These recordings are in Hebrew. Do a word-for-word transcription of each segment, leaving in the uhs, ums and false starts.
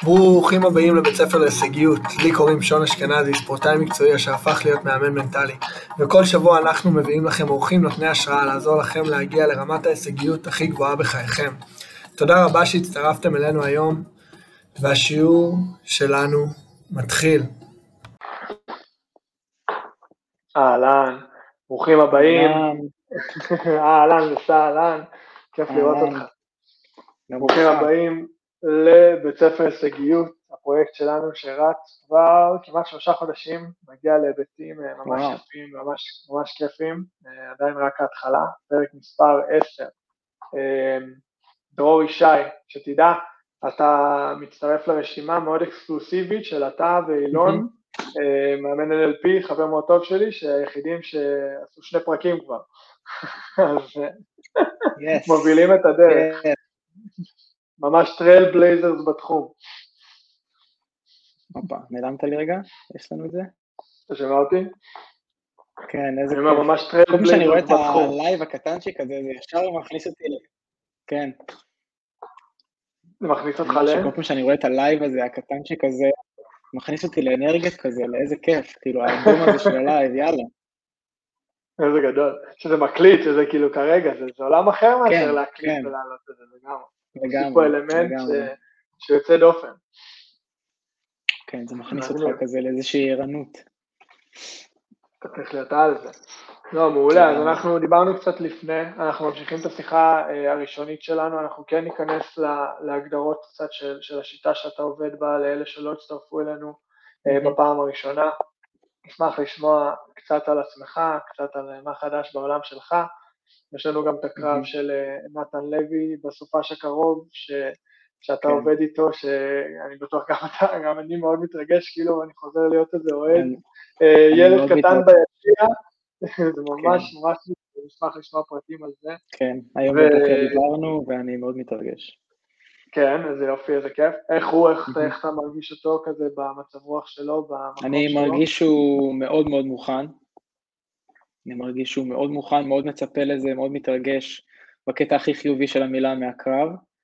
ברוכים הבאים לבית ספר להישגיות. לי קוראים שון אשכנזי, ספורטאי מקצועי אשר הפך להיות מאמן מנטלי. וכל שבוע אנחנו מביאים לכם אורחים נותני השראה לעזור לכם להגיע לרמת ההישגיות הכי גבוהה בחייכם. תודה רבה שהצטרפתם אלינו היום, והשיעור שלנו מתחיל. אהלן, ברוכים הבאים. אהלן, וסהלן, כיף לראות אותך. ברוכים הבאים לבית ספר הישגיות, הפרויקט שלנו שרץ כבר כמעט שלושה חודשים, מגיע להיבטים ממש יפים, ממש, ממש כיפים, עדיין רק ההתחלה, פרק מספר עשר. דרור ישי, שתדע, אתה מצטרף לרשימה מאוד אקסקלוסיבית של אתה ואילון, מאמן אן אל פי, חבר מאוד טוב שלי, שהיחידים שעשו שני פרקים כבר, אז מובילים את הדרך. ממש טרייל בלייזרס בתחום. אופה, נעלמת לי רגע? יש לנו את זה? אתה שומע אותי? כן, איזה כיף. אני אומר, ממש טרייל בלייזרס בתחום. כשאני רואה את הלייב הקטנצ'יק הזה, זה ישר מכניס אותי ל... כן. זה מכניס אותך ל... כל פעם שאני רואה את הלייב הזה, הקטנצ'יק הזה, מכניס אותי לאנרגיות כזה, לאיזה כיף, כאילו, האדום הזה של הלייב, יאללה. איזה גדול. שזה מקליט, שזה כאילו כרגע, זה עולם אחר מאשר להקליט ולעלות את זה, לגמרי. יש פה אלמנט שיוצא דופן. כן, זה מכניס אותך כזה לאיזושהי ערנות. אתה צריך להיות על זה. לא, מעולה, אז אנחנו דיברנו קצת לפני, אנחנו ממשיכים את השיחה הראשונית שלנו, אנחנו כן ניכנס להגדרות קצת של השיטה שאתה עובד בה, לאלה שלא הצטרפו אלינו בפעם הראשונה. נשמח לשמוע קצת על עצמך, קצת על מה חדש בעולם שלך. יש לנו גם את הקרב של נתן לוי בסופש הקרוב, שאתה עובד איתו, שאני בטוח גם אתה, גם אני מאוד מתרגש, כאילו אני חוזר להיות איזה אוהד, ילד קטן ביציע, זה ממש ממש נשמח לשמוע פרטים על זה. כן, היום בבוקר דיברנו ואני מאוד מתרגש. כן, איזה יופי, איזה כיף. איך הוא, איך אתה מרגיש אותו כזה במצב רוח שלו, במקום שלו? אני מרגיש שהוא מאוד מאוד מוכן. אני מרגיש שהוא מאוד מוכן, מאוד מצפה לזה, מאוד מתרגש בקטע הכי חיובי של המילה מהקרב.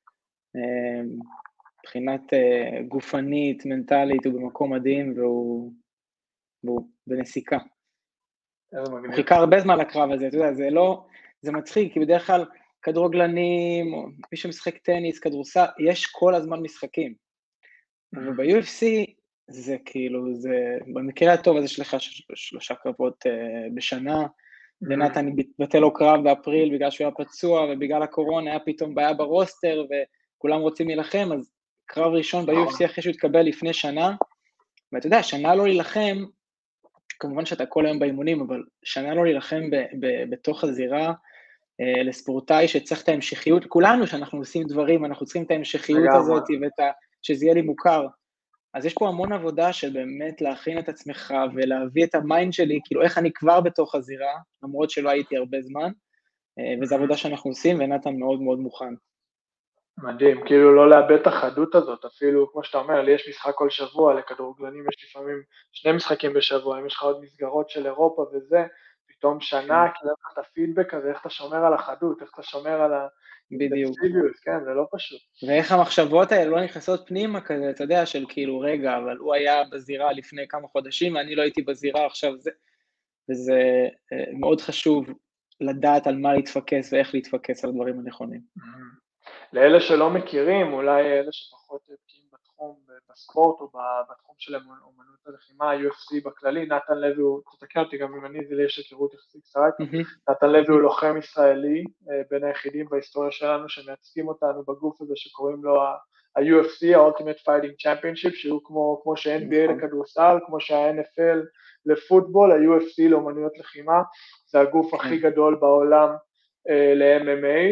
מבחינת גופנית, מנטלית, הוא במקום מדהים והוא, והוא בנסיקה. הוא חיכה הרבה זמן לקרב הזה, אתה יודע, זה לא, זה מצחיק, כי בדרך כלל כדורגלנים, מי שמשחק טניס, כדורסל, יש כל הזמן משחקים. וב-יו אף סי זה כאילו, זה, במקרה הטוב, אז יש לך שלושה קרבות בשנה, לנתן התבטל לו קרב באפריל, בגלל שהוא היה פצוע, ובגלל הקורונה היה פתאום בעיה ברוסטר, וכולם רוצים להילחם, אז קרב ראשון ב-יו אף סי אחרי שהוא התקבל לפני שנה, ואתה יודע, שנה לא להילחם, כמובן שאתה כל היום באימונים, אבל שנה לא להילחם ב- ב- בתוך הזירה, אה, לספורטאי שצריך את ההמשכיות, כולנו שאנחנו עושים דברים, אנחנו צריכים את ההמשכיות הזאת, ואת ה- שזה יהיה לי מוכר, אז יש פה המון עבודה של באמת להכין את עצמך, ולהביא את המיינד שלי, כאילו איך אני כבר בתוך הזירה, למרות שלא הייתי הרבה זמן, אה, וזו עבודה שאנחנו עושים, ונתן מאוד מאוד מוכן. מדהים, כאילו לא לאבד את החדות הזאת, אפילו כמו שאתה אומר, לי יש משחק כל שבוע, לכדורגלנים יש לפעמים שני משחקים בשבוע, אם יש לך עוד מסגרות של אירופה וזה, פתאום שנה, כאילו איך אתה פידבק הזה, איך אתה שומר על החדות, איך אתה שומר על האינטנסיביות, כן, זה לא פשוט. ואיך המחשבות האלה לא נכנסות פנימה כזה, אתה יודע, של כאילו רגע, אבל הוא היה בזירה לפני כמה חודשים, ואני לא הייתי בזירה עכשיו, זה, וזה מאוד חשוב לדעת על מה להתפקס ואיך להתפקס על הדברים הנכונים. לאלה שלא מכירים, אולי אלה שפחות בקיאים בתחום, בספורט או בתחום של אומנות הלחימה, יו אף סי בכללי, נתן לוי הוא, תתקן אותי גם אם אני, זה לי יש היכרות יחסית קצרה, נתן לוי הוא לוחם ישראלי, בין היחידים בהיסטוריה שלנו, שמייצגים אותנו בגוף הזה שקוראים לו ה-יו אף סי, ה-Ultimate Fighting Championship, שהוא כמו, כמו ש-אן בי איי לכדורסל, כמו שה-אן אף אל לפוטבול, ה-יו אף סי לאומנויות לחימה, זה הגוף הכי גדול בעולם ל-אם אם איי,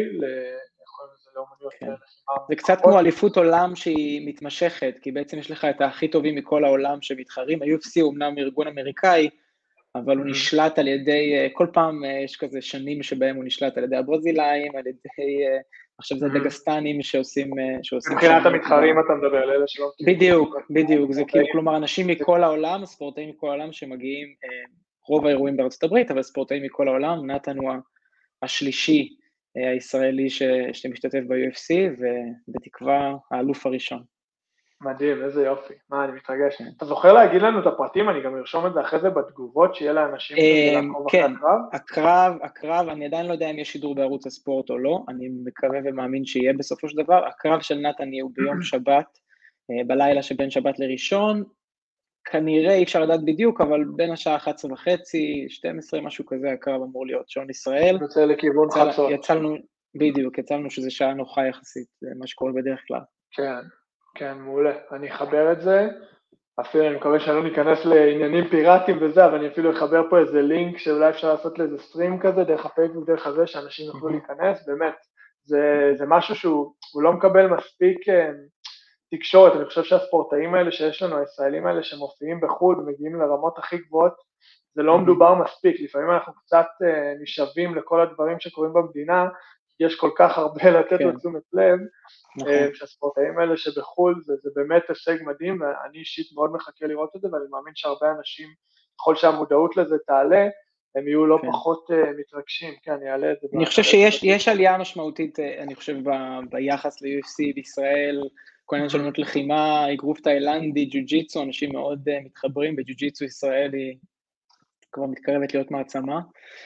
זה קצת כמו אליפות עולם שהיא מתמשכת, כי בעצם יש לך את הכי טובים מכל העולם שמתחרים, ה-יו אף סי הוא אמנם ארגון אמריקאי, אבל הוא נשלט על ידי, כל פעם יש כזה שנים שבהם הוא נשלט על ידי הברזילאים, על ידי, עכשיו זה דגסטנים שעושים... מבחינת המתחרים אתה מדבר, על אלה שלא... בדיוק, בדיוק, זה כאילו, כלומר, אנשים מכל העולם, ספורטאים מכל העולם שמגיעים, רוב האירועים בארצות הברית, אבל ספורטאים מכל העולם, נתן הוא השלישי, הישראלי ש... שמשתתף ב-יו אף סי, ובתקווה האלוף הראשון. מדהים, איזה יופי, מה, אני מתרגש. אתה זוכר להגיד לנו את הפרטים? אני גם ארשום את זה אחרי זה בתגובות, שיהיה לאנשים כזה לעקוב אחרי הקרב? הקרב, הקרב, אני עדיין לא יודע אם יש שידור בערוץ הספורט או לא, אני מקווה ומאמין שיהיה בסופו של דבר. הקרב של נתן יהיה ביום שבת, בלילה שבין שבת לראשון, כנראה אי אפשר לדעת בדיוק, אבל בין השעה אחת עשרה וחצי, שתים עשרה, משהו כזה, הקרב אמור להיות שעון ישראל. יוצא לכיוון חצות. יצאנו, בדיוק, יצאנו שזה שעה נוחה יחסית, זה מה שקורה בדרך כלל. כן, כן, מעולה. אני אחבר את זה, אפילו אני מקווה שאני לא ניכנס לעניינים פיראטיים וזה, אבל אני אפילו אחבר פה איזה לינק שאולי אפשר לעשות לאיזה סטרים כזה, דרך הפייסבוק, דרך הזה, שאנשים יוכלו להיכנס, באמת, זה, זה משהו שהוא לא מקבל מספיק תקשורת. אני חושב שהספורטאים האלה שיש לנו, הישראלים האלה שמופיעים בחו"ל ומגיעים לרמות הכי גבוהות, זה לא מדובר מספיק, לפעמים אנחנו קצת נשאבים לכל הדברים שקורים במדינה, יש כל כך הרבה לתת לתשומת לב, שהספורטאים האלה שבחו"ל זה, זה באמת הישג מדהים, ואני אישית מאוד מחכה לראות את זה, ואני מאמין שהרבה אנשים, ככל שהמודעות לזה תעלה, הם יהיו לא פחות מתרגשים, כן, אני אעלה את זה. אני חושב שיש עלייה משמעותית, אני חושב, ביחס ל-יו אף סי בישראל, כל העניין של עונות לחימה, אגרוף תאילנדי, ג'ו-ג'יצו, אנשים מאוד מתחברים, בג'ו-ג'יצו ישראלי כבר מתקרבת להיות מעצמה,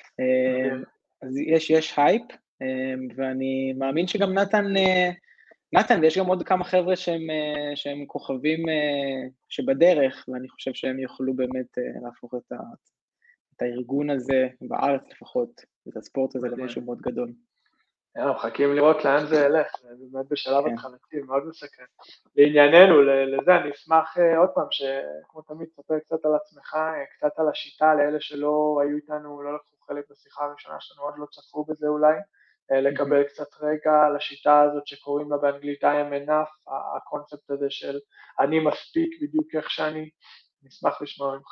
אז יש, יש הייפ, ואני מאמין שגם נתן, נתן, ויש גם עוד כמה חבר'ה שהם, שהם כוכבים שבדרך, ואני חושב שהם יוכלו באמת להפוך את, ה, את הארגון הזה, בארץ לפחות, את הספורט הזה למשהו מאוד גדול. אנחנו מחכים לראות לאן זה ילך, זה באמת בשלב התחלתי, מאוד מסקרן. לענייננו, לזה אני אשמח עוד פעם, שכמו תמיד תספר קצת על עצמך, קצת על השיטה, לאלה שלא היו איתנו, לא לקחו חלק בשיחה הראשונה שלנו, עוד לא צפו בזה אולי, לקבל קצת רגע על השיטה הזאת שקוראים לה באנגלית I am enough, הקונספט הזה של אני מספיק בדיוק איך שאני, נשמח לשמוע ממך.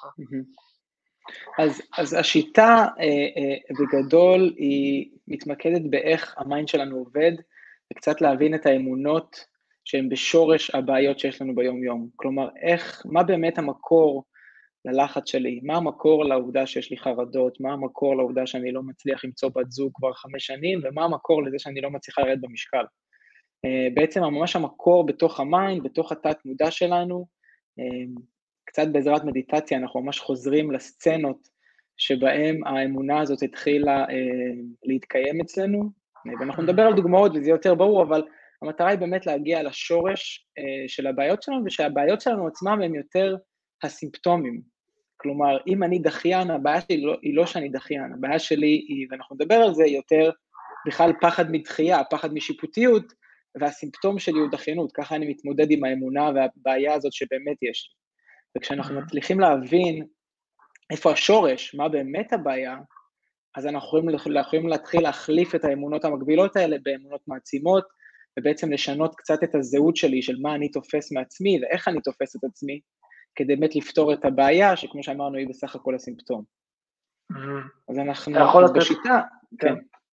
אז, אז השיטה אה, אה, בגדול היא מתמקדת באיך המיינד שלנו עובד, וקצת להבין את האמונות שהן בשורש הבעיות שיש לנו ביום יום. כלומר, איך, מה באמת המקור ללחץ שלי? מה המקור לעובדה שיש לי חרדות? מה המקור לעובדה שאני לא מצליח למצוא בת זוג כבר חמש שנים? ומה המקור לזה שאני לא מצליחה לרדת במשקל? אה, בעצם ממש המקור בתוך המיינד, בתוך התת מודע שלנו, אה, קצת בעזרת מדיטציה, אנחנו ממש חוזרים לסצנות שבהם האמונה הזאת התחילה אה, להתקיים אצלנו, ואנחנו נדבר על דוגמאות וזה יותר ברור, אבל המטרה היא באמת להגיע לשורש אה, של הבעיות שלנו, ושהבעיות שלנו עצמם הם יותר הסימפטומים. כלומר, אם אני דחיין, הבעיה שלי לא, היא לא שאני דחיין, הבעיה שלי היא, ואנחנו נדבר על זה יותר, בכלל פחד מדחייה, פחד משיפוטיות, והסימפטום שלי הוא דחיינות, ככה אני מתמודד עם האמונה והבעיה הזאת שבאמת יש לי. וכשאנחנו מצליחים להבין איפה השורש, מה באמת הבעיה, אז אנחנו יכולים, יכולים להתחיל להחליף את האמונות המקבילות האלה באמונות מעצימות, ובעצם לשנות קצת את הזהות שלי של מה אני תופס מעצמי, ואיך אני תופס את עצמי, כדי באמת לפתור את הבעיה, שכמו שאמרנו, היא בסך הכל הסימפטום. אז אנחנו, אז בשיטה, כן.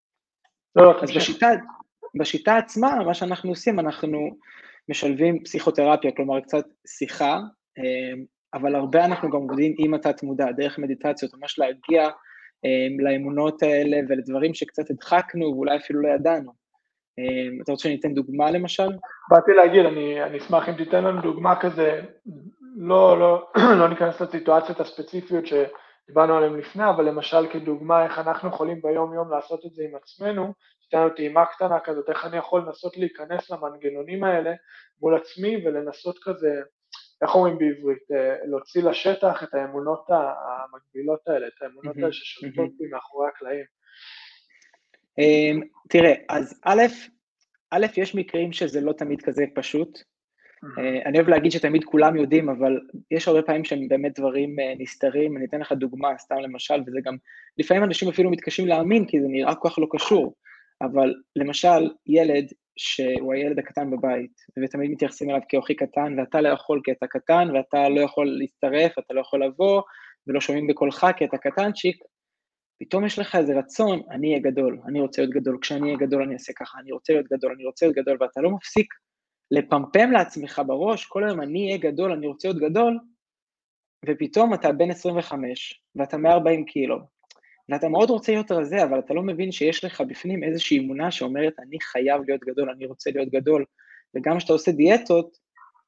אז בשיטה, בשיטה עצמה, מה שאנחנו עושים, אנחנו משלבים פסיכותרפיה, כלומר קצת שיחה, אבל הרבה אנחנו גם עובדים עם התת מודע, דרך מדיטציות, ממש להגיע לאמונות האלה ולדברים שקצת הדחקנו ואולי אפילו לא ידענו. אתה רוצה שניתן דוגמה למשל? באתי להגיד, אני, אני אשמח אם תיתן לנו דוגמה כזה, לא, לא, לא ניכנס לסיטואציות הספציפיות שדיברנו עליהן לפני, אבל למשל כדוגמה איך אנחנו יכולים ביום יום לעשות את זה עם עצמנו, תיתן לנו טעימה קטנה כזאת, איך אני יכול לנסות להיכנס למנגנונים האלה מול עצמי ולנסות כזה, איך אומרים בעברית, להוציא לשטח את האמונות המקבילות האלה, את האמונות האלה ששולטות בי מאחורי הקלעים. תראה, אז א', א', יש מקרים שזה לא תמיד כזה פשוט, אני אוהב להגיד שתמיד כולם יודעים, אבל יש הרבה פעמים שהם באמת דברים נסתרים, אני אתן לך דוגמה, סתם למשל, וזה גם, לפעמים אנשים אפילו מתקשים להאמין, כי זה נראה כל כך לא קשור, אבל למשל, ילד שהוא הילד הקטן בבית, ותמיד מתייחסים אליו כאוכי קטן, ואתה לא יכול כי אתה קטן, ואתה לא יכול להצטרף, אתה לא יכול לבוא, ולא שומעים בקולך כי אתה קטנצ'יק, פתאום יש לך איזה רצון, אני אהיה גדול, אני רוצה להיות גדול, כשאני אהיה גדול אני אעשה ככה, אני רוצה להיות גדול, אני רוצה להיות גדול, ואתה לא מפסיק לפמפם לעצמך בראש, כל היום אני אהיה גדול, אני רוצה להיות גדול, ופתאום אתה בן עשרים וחמש, ואתה מאה וארבעים קילו, ואתה מאוד רוצה להיות רזה, אבל אתה לא מבין שיש לך בפנים איזושהי אמונה שאומרת, אני חייב להיות גדול, אני רוצה להיות גדול, וגם כשאתה עושה דיאטות,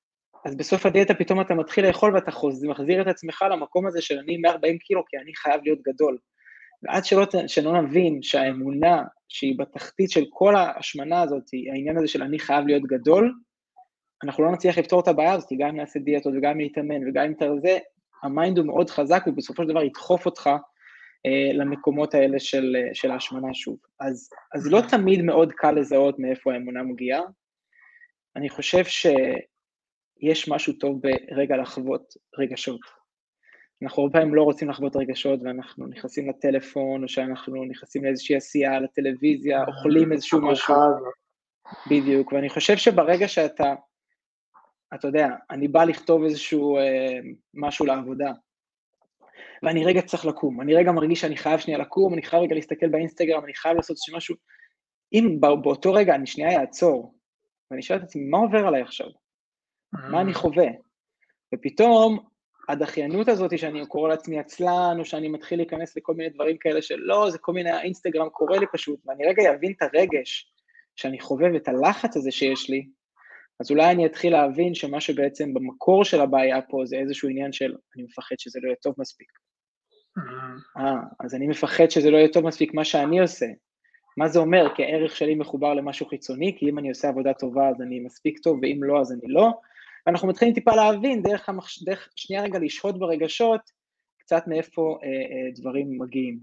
אז בסוף הדיאטה פתאום אתה מתחיל לאכול ואתה חוזר, מחזיר את עצמך למקום הזה של אני מאה וארבעים קילו, כי אני חייב להיות גדול. ועד שלא, שלא נבין שהאמונה שהיא בתחתית של כל ההשמנה הזאת, העניין הזה של אני חייב להיות גדול, אנחנו לא נצליח לפתור את הבעיה הזאת, גם אם נעשה דיאטות וגם אם נתאמן וגם אם תרזה, המיינד הוא מאוד חזק ובסופו של דבר ידחוף אותך אה, למקומות האלה של, של ההשמנה שוב. אז, אז לא תמיד מאוד קל לזהות מאיפה האמונה מגיעה. אני חושב שיש משהו טוב ברגע לחוות רגשות. אנחנו הרבה פעמים לא רוצים לחוות רגשות, ואנחנו נכנסים לטלפון, או שאנחנו נכנסים לאיזושהי עשייה, לטלוויזיה, אוכלים איזשהו משהו. בדיוק, ואני חושב שברגע שאתה, אתה יודע, אני בא לכתוב איזשהו אה, משהו לעבודה, ואני רגע צריך לקום, אני רגע מרגיש שאני חייב שנייה לקום, אני חייב רגע להסתכל באינסטגרם, אני חייב לעשות משהו, אם באותו רגע אני שנייה אעצור, ואני שואל את עצמי, מה עובר עליי עכשיו? מה אני חווה? ופתאום, הדחיינות הזאת שאני קורא לעצמי עצלן, או שאני מתחיל להיכנס לכל מיני דברים כאלה שלא, זה כל מיני, האינסטגרם קורא לי פשוט, ואני רגע אבין את הרגש שאני חובב את הלחץ הזה שיש לי, אז אולי אני אתחיל להבין שמה שבעצם במקור של הבעיה פה, זה איזשהו עניין של, אני מפחד שזה לא יהיה טוב מספיק. אה, אז אני מפחד שזה לא יהיה טוב מספיק מה שאני עושה. מה זה אומר? כי הערך שלי מחובר למשהו חיצוני, כי אם אני עושה עבודה טובה אז אני מספיק טוב, ואם לא אז אני לא. ואנחנו מתחילים טיפה להבין, דרך, המחש... דרך שנייה רגע לשהות ברגשות, קצת מאיפה אה, אה, דברים מגיעים.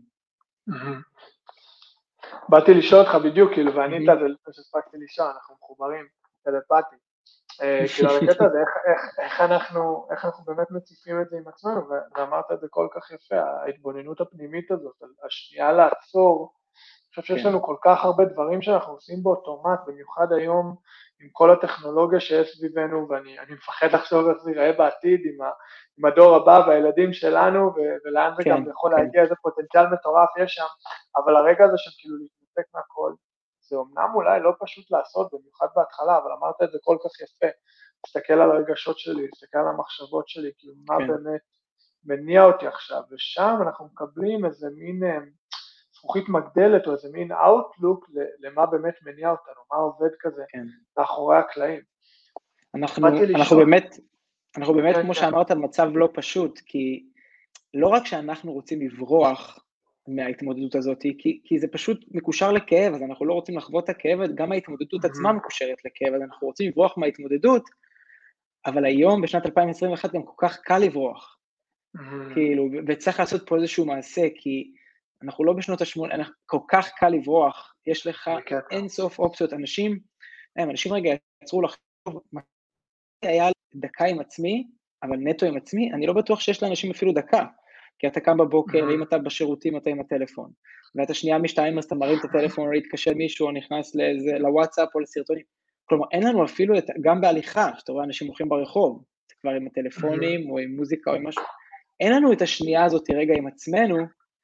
באתי לשאול אותך בדיוק, כאילו, וענית על זה לפני שספקתי לישון, אנחנו מחוברים, טלפתי. כאילו, על הקטע הזה, איך אנחנו באמת מציפים את זה עם עצמנו, ואמרת את זה כל כך יפה, ההתבוננות הפנימית הזאת, השנייה לעצור, אני חושב שיש לנו כל כך הרבה דברים שאנחנו עושים באוטומט, במיוחד היום עם כל הטכנולוגיה שיש סביבנו, ואני מפחד לחשוב איך זה ייראה בעתיד עם, ה, עם הדור הבא והילדים שלנו, ו, ולאן זה כן, גם יכול כן. להגיע, איזה פוטנציאל מטורף יש שם, אבל הרגע הזה של כאילו להתנתק מהכל, זה אומנם אולי לא פשוט לעשות, במיוחד בהתחלה, אבל אמרת את זה כל כך יפה, להסתכל על הרגשות שלי, להסתכל על המחשבות שלי, כאילו מה כן. באמת מניע אותי עכשיו, ושם אנחנו מקבלים איזה מין זכוכית מגדלת, או איזה מין אאוטלוק למה באמת מניע אותנו, מה עובד כזה כן. מאחורי הקלעים. אנחנו, אנחנו באמת, אנחנו באמת, כן, כמו כן. שאמרת, מצב לא פשוט, כי לא רק שאנחנו רוצים לברוח מההתמודדות הזאת, כי, כי זה פשוט מקושר לכאב, אז אנחנו לא רוצים לחוות את הכאב, גם ההתמודדות עצמה מקושרת לכאב, אז אנחנו רוצים לברוח מההתמודדות, אבל היום, בשנת אלפיים עשרים ואחת, גם כל כך קל לברוח. כאילו, וצריך לעשות פה איזשהו מעשה, כי אנחנו לא בשנות השמונה, כל כך קל לברוח, יש לך אין סוף אופציות, אנשים, אנשים רגע יצרו לחשוב, היה דקה עם עצמי, אבל נטו עם עצמי, אני לא בטוח שיש לאנשים אפילו דקה, כי אתה קם בבוקר, אם אתה בשירותים, אתה עם הטלפון, ואתה שנייה משתיים, אז אתה מרים את הטלפון, או להתקשר מישהו, או נכנס לאיזה, לוואטסאפ או לסרטונים, כלומר, אין לנו אפילו, את, גם בהליכה, שאתה רואה אנשים הולכים ברחוב, כבר עם הטלפונים, או עם מוזיקה, או עם משהו, אין לנו את השנייה הזאת רגע עם עצמנו,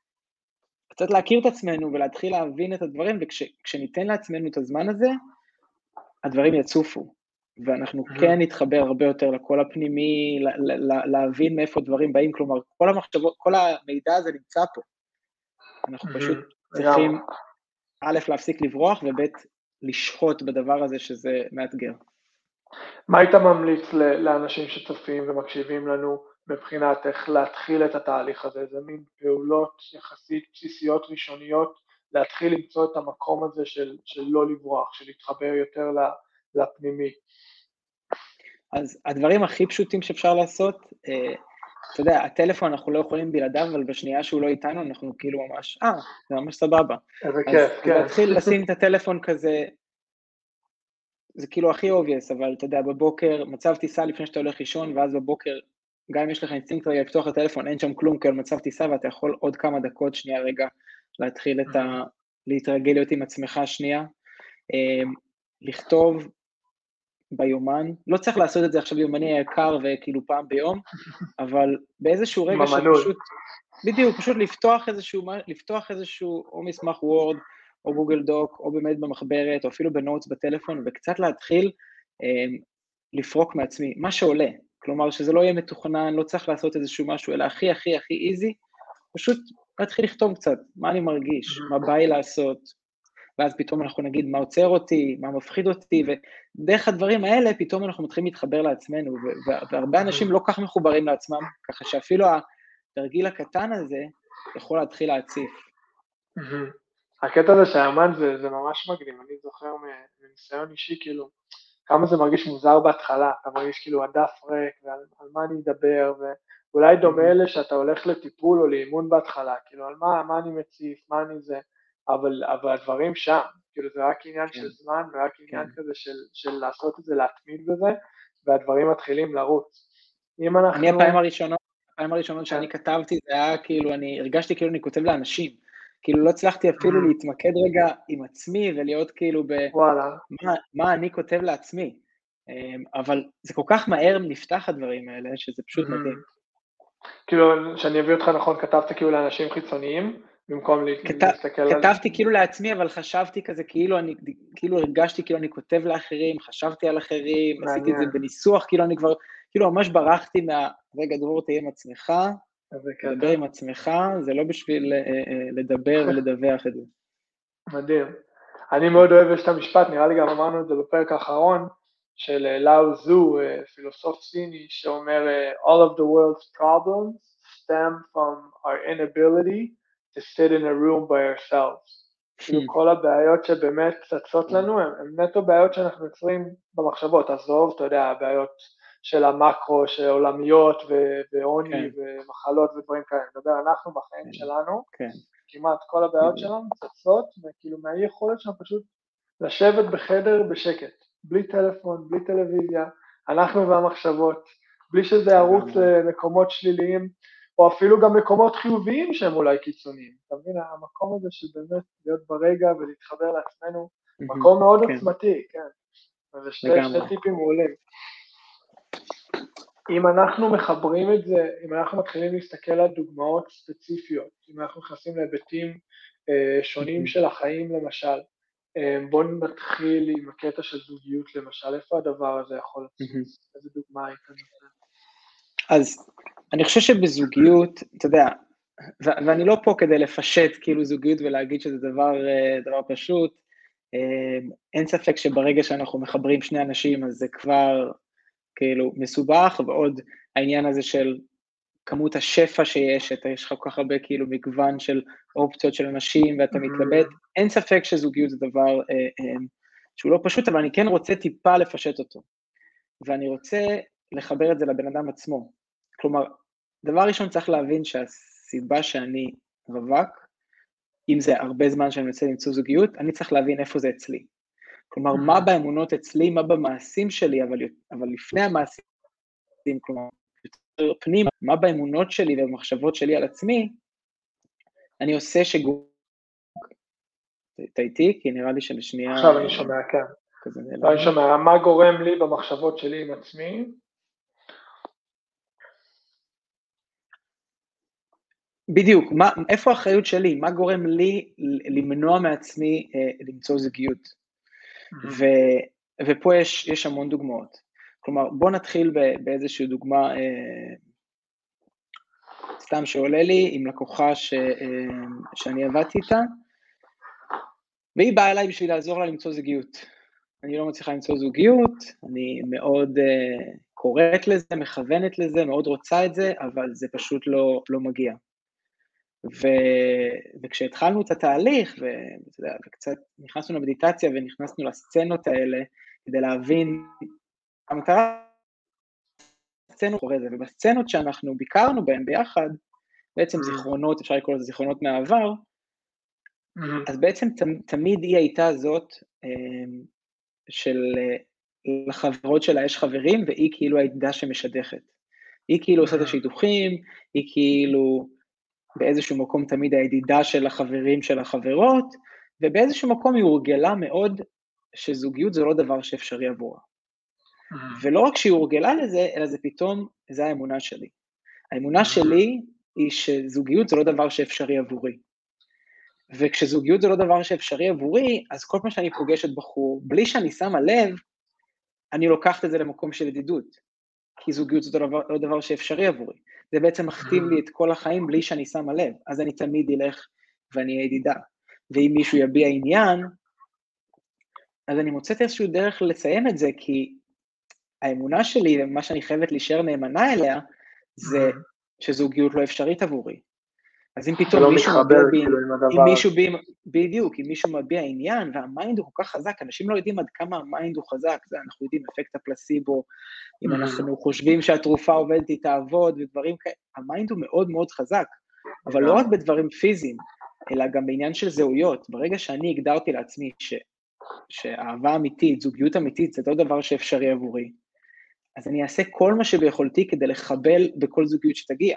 קצת להכיר את עצמנו, ולהתחיל להבין את הדברים, וכשניתן לעצמנו את הזמן הזה, הדברים יצופו. ואנחנו כן נתחבר הרבה יותר לקול הפנימי, להבין מאיפה דברים באים, כלומר, כל המחשבות, כל המידע הזה נמצא פה. אנחנו פשוט צריכים, א', להפסיק לברוח, וב', לשחוט בדבר הזה שזה מאתגר. מה היית ממליץ לאנשים שצופים ומקשיבים לנו, מבחינת איך להתחיל את התהליך הזה? זה מין פעולות יחסית בסיסיות ראשוניות, להתחיל למצוא את המקום הזה של, של לא לברוח, של להתחבר יותר לפנימי. אז הדברים הכי פשוטים שאפשר לעשות, אה, אתה יודע, הטלפון אנחנו לא יכולים בלעדיו, אבל בשנייה שהוא לא איתנו, אנחנו כאילו ממש, אה, זה ממש סבבה. איזה כיף, כן. אז להתחיל לשים את הטלפון כזה, זה כאילו הכי obvious, אבל אתה יודע, בבוקר, מצב טיסה לפני שאתה הולך לישון, ואז בבוקר, גם אם יש לך אינסטינקט רגע לפתוח את הטלפון, אין שם כלום כאל מצב טיסה, ואתה יכול עוד כמה דקות, שנייה רגע, להתחיל את ה... להתרגל להיות עם עצמך שנייה, לכתוב ביומן, לא צריך לעשות את זה עכשיו ביומני היקר וכאילו פעם ביום, אבל באיזשהו רגע שפשוט, בדיוק, פשוט לפתוח איזשהו, לפתוח איזשהו או מסמך וורד, או גוגל דוק, או באמת במחברת, או אפילו בנוטס בטלפון, וקצת להתחיל לפרוק מעצמי, מה שעולה, כלומר שזה לא יהיה מתוכנן, לא צריך לעשות איזשהו משהו, אלא הכי הכי הכי איזי, פשוט להתחיל לכתוב קצת, מה אני מרגיש, מה בא לי לעשות, ואז פתאום אנחנו נגיד מה עוצר אותי, מה מפחיד אותי, ודרך הדברים האלה פתאום אנחנו מתחילים להתחבר לעצמנו, והרבה אנשים לא כך מחוברים לעצמם, ככה שאפילו התרגיל הקטן הזה יכול להתחיל להציף. הקטע הזה שהאמן זה, זה ממש מקדים, אני זוכר מניסיון אישי, כאילו, כמה זה מרגיש מוזר בהתחלה, אתה מרגיש כאילו הדף ריק, ועל על מה אני אדבר, ואולי דומה אלה שאתה הולך לטיפול או לאימון בהתחלה, כאילו, על מה, מה אני מציף, מה אני זה, אבל, אבל הדברים שם, כאילו, זה רק עניין כן. של זמן, ורק עניין כן. כזה של, של לעשות את זה, להתמיד בזה, והדברים מתחילים לרוץ. אם אנחנו... אני הפעמים הראשונות, הפעמים הראשונות שאני כתבתי, זה היה כאילו, אני הרגשתי כאילו אני כותב לאנשים, כאילו לא הצלחתי אפילו להתמקד רגע עם עצמי, ולהיות כאילו ב... וואלה. מה, מה אני כותב לעצמי, אבל זה כל כך מהר נפתח הדברים האלה, שזה פשוט מדהים. כאילו, שאני אביא אותך נכון, כתבת כאילו לאנשים חיצוניים, במקום להסתכל על... כתבתי כאילו לעצמי, אבל חשבתי כזה, כאילו אני, כאילו הרגשתי כאילו אני כותב לאחרים, חשבתי על אחרים, עשיתי את זה בניסוח, כאילו אני כבר, כאילו ממש ברחתי מה... רגע, דבור תהיה עם עצמך, לדבר עם עצמך, זה לא בשביל לדבר ולדווח את זה. מדהים. אני מאוד אוהב את המשפט, נראה לי גם אמרנו את זה בפרק האחרון, של לאו זו, פילוסוף סיני, שאומר, all of the world's problems stem from our inability to sit in a room by ourselves. כאילו כל הבעיות שבאמת צצות לנו, הן נטו בעיות שאנחנו יוצרים במחשבות, עזוב, אתה יודע, הבעיות של המקרו, של עולמיות ועוני ומחלות ודברים כאלה, נדבר אנחנו בחיים שלנו, כמעט כל הבעיות שלנו צצות, וכאילו מהי יכולת שלנו פשוט לשבת בחדר בשקט, בלי טלפון, בלי טלוויזיה, אנחנו והמחשבות, בלי שזה ירוץ למקומות שליליים, או אפילו גם מקומות חיוביים שהם אולי קיצוניים. אתה מבין, המקום הזה של באמת להיות ברגע ולהתחבר לעצמנו, מקום מאוד עוצמתי, כן. וזה שתי טיפים מעולים. אם אנחנו מחברים את זה, אם אנחנו מתחילים להסתכל על דוגמאות ספציפיות, אם אנחנו נכנסים להיבטים שונים של החיים למשל, בואו נתחיל עם הקטע של זוגיות למשל, איפה הדבר הזה יכול לצאת? איזה דוגמה היית נותן? אז אני חושב שבזוגיות, אתה יודע, ואני לא פה כדי לפשט כאילו זוגיות ולהגיד שזה דבר, דבר פשוט, אין ספק שברגע שאנחנו מחברים שני אנשים, אז זה כבר כאילו מסובך, ועוד העניין הזה של כמות השפע שיש, אתה יש לך כל כך הרבה כאילו מגוון של אופציות של אנשים, ואתה מתלבט, אין ספק שזוגיות זה דבר אה, אה, שהוא לא פשוט, אבל אני כן רוצה טיפה לפשט אותו, ואני רוצה לחבר את זה לבן אדם עצמו. כלומר, דבר ראשון צריך להבין שהסיבה שאני רווק, אם זה הרבה זמן שאני רוצה למצוא זוגיות, אני צריך להבין איפה זה אצלי. כלומר, מה באמונות אצלי, מה במעשים שלי, אבל, אבל לפני המעשים, כלומר, יותר פנים, מה באמונות שלי ובמחשבות שלי על עצמי, אני עושה שגורם, אתה איתי? כי נראה לי שלשנייה... עכשיו אני שומע, כן. אני שומע, מה גורם לי במחשבות שלי עם עצמי? בדיוק, מה, איפה האחריות שלי? מה גורם לי למנוע מעצמי אה, למצוא זוגיות? ו, ופה יש, יש המון דוגמאות. כלומר, בוא נתחיל באיזושהי דוגמה, אה, סתם שעולה לי, עם לקוחה ש, אה, שאני עבדתי איתה, והיא באה אליי בשביל לעזור לה למצוא זוגיות. אני לא מצליחה למצוא זוגיות, אני מאוד אה, קוראת לזה, מכוונת לזה, מאוד רוצה את זה, אבל זה פשוט לא, לא מגיע. ו, וכשהתחלנו את התהליך, ו, וקצת נכנסנו למדיטציה ונכנסנו לסצנות האלה, כדי להבין המטרה, סצנות קורה זה, ובסצנות שאנחנו ביקרנו בהן ביחד, בעצם זיכרונות, אפשר לקרוא לזה זיכרונות מהעבר, אז בעצם תמיד היא הייתה זאת, של לחברות שלה יש חברים, והיא כאילו הידידה שמשדכת. היא כאילו עושה את השידוכים, היא כאילו באיזשהו מקום תמיד הידידה של החברים של החברות, ובאיזשהו מקום היא הורגלה מאוד שזוגיות זה לא דבר שאפשרי עבורה. ולא רק שהיא הורגלה לזה, אלא זה פתאום, זה האמונה שלי. האמונה שלי היא שזוגיות זה לא דבר שאפשרי עבורי. וכשזוגיות זה לא דבר שאפשרי עבורי, אז כל פעם שאני פוגשת בחור, בלי שאני שמה לב, אני לוקחת את זה למקום של ידידות. כי זוגיות זה לא דבר, לא דבר שאפשרי עבורי. זה בעצם מכתיב לי את כל החיים בלי שאני שמה לב. אז אני תמיד אלך ואני אהיה ידידה. ואם מישהו יביע עניין, אז אני מוצאת איזשהו דרך לסיים את זה, כי האמונה שלי, ומה שאני חייבת להישאר נאמנה אליה, זה שזוגיות לא אפשרית עבורי. אז אם פתאום מישהו מביע, אם מישהו בי, בדיוק, אם מישהו מביע עניין, והמיינד הוא כל כך חזק, אנשים לא יודעים עד כמה המיינד הוא חזק, זה אנחנו יודעים, אפקט הפלסיבו, אם אנחנו חושבים שהתרופה עובדת היא תעבוד, ודברים כאלה, המיינד הוא מאוד מאוד חזק, אבל לא רק בדברים פיזיים, אלא גם בעניין של זהויות. ברגע שאני הגדרתי לעצמי ש, שאהבה אמיתית, זוגיות אמיתית, זה לא דבר שאפשרי עבורי, אז אני אעשה כל מה שביכולתי כדי לחבל בכל זוגיות שתגיע.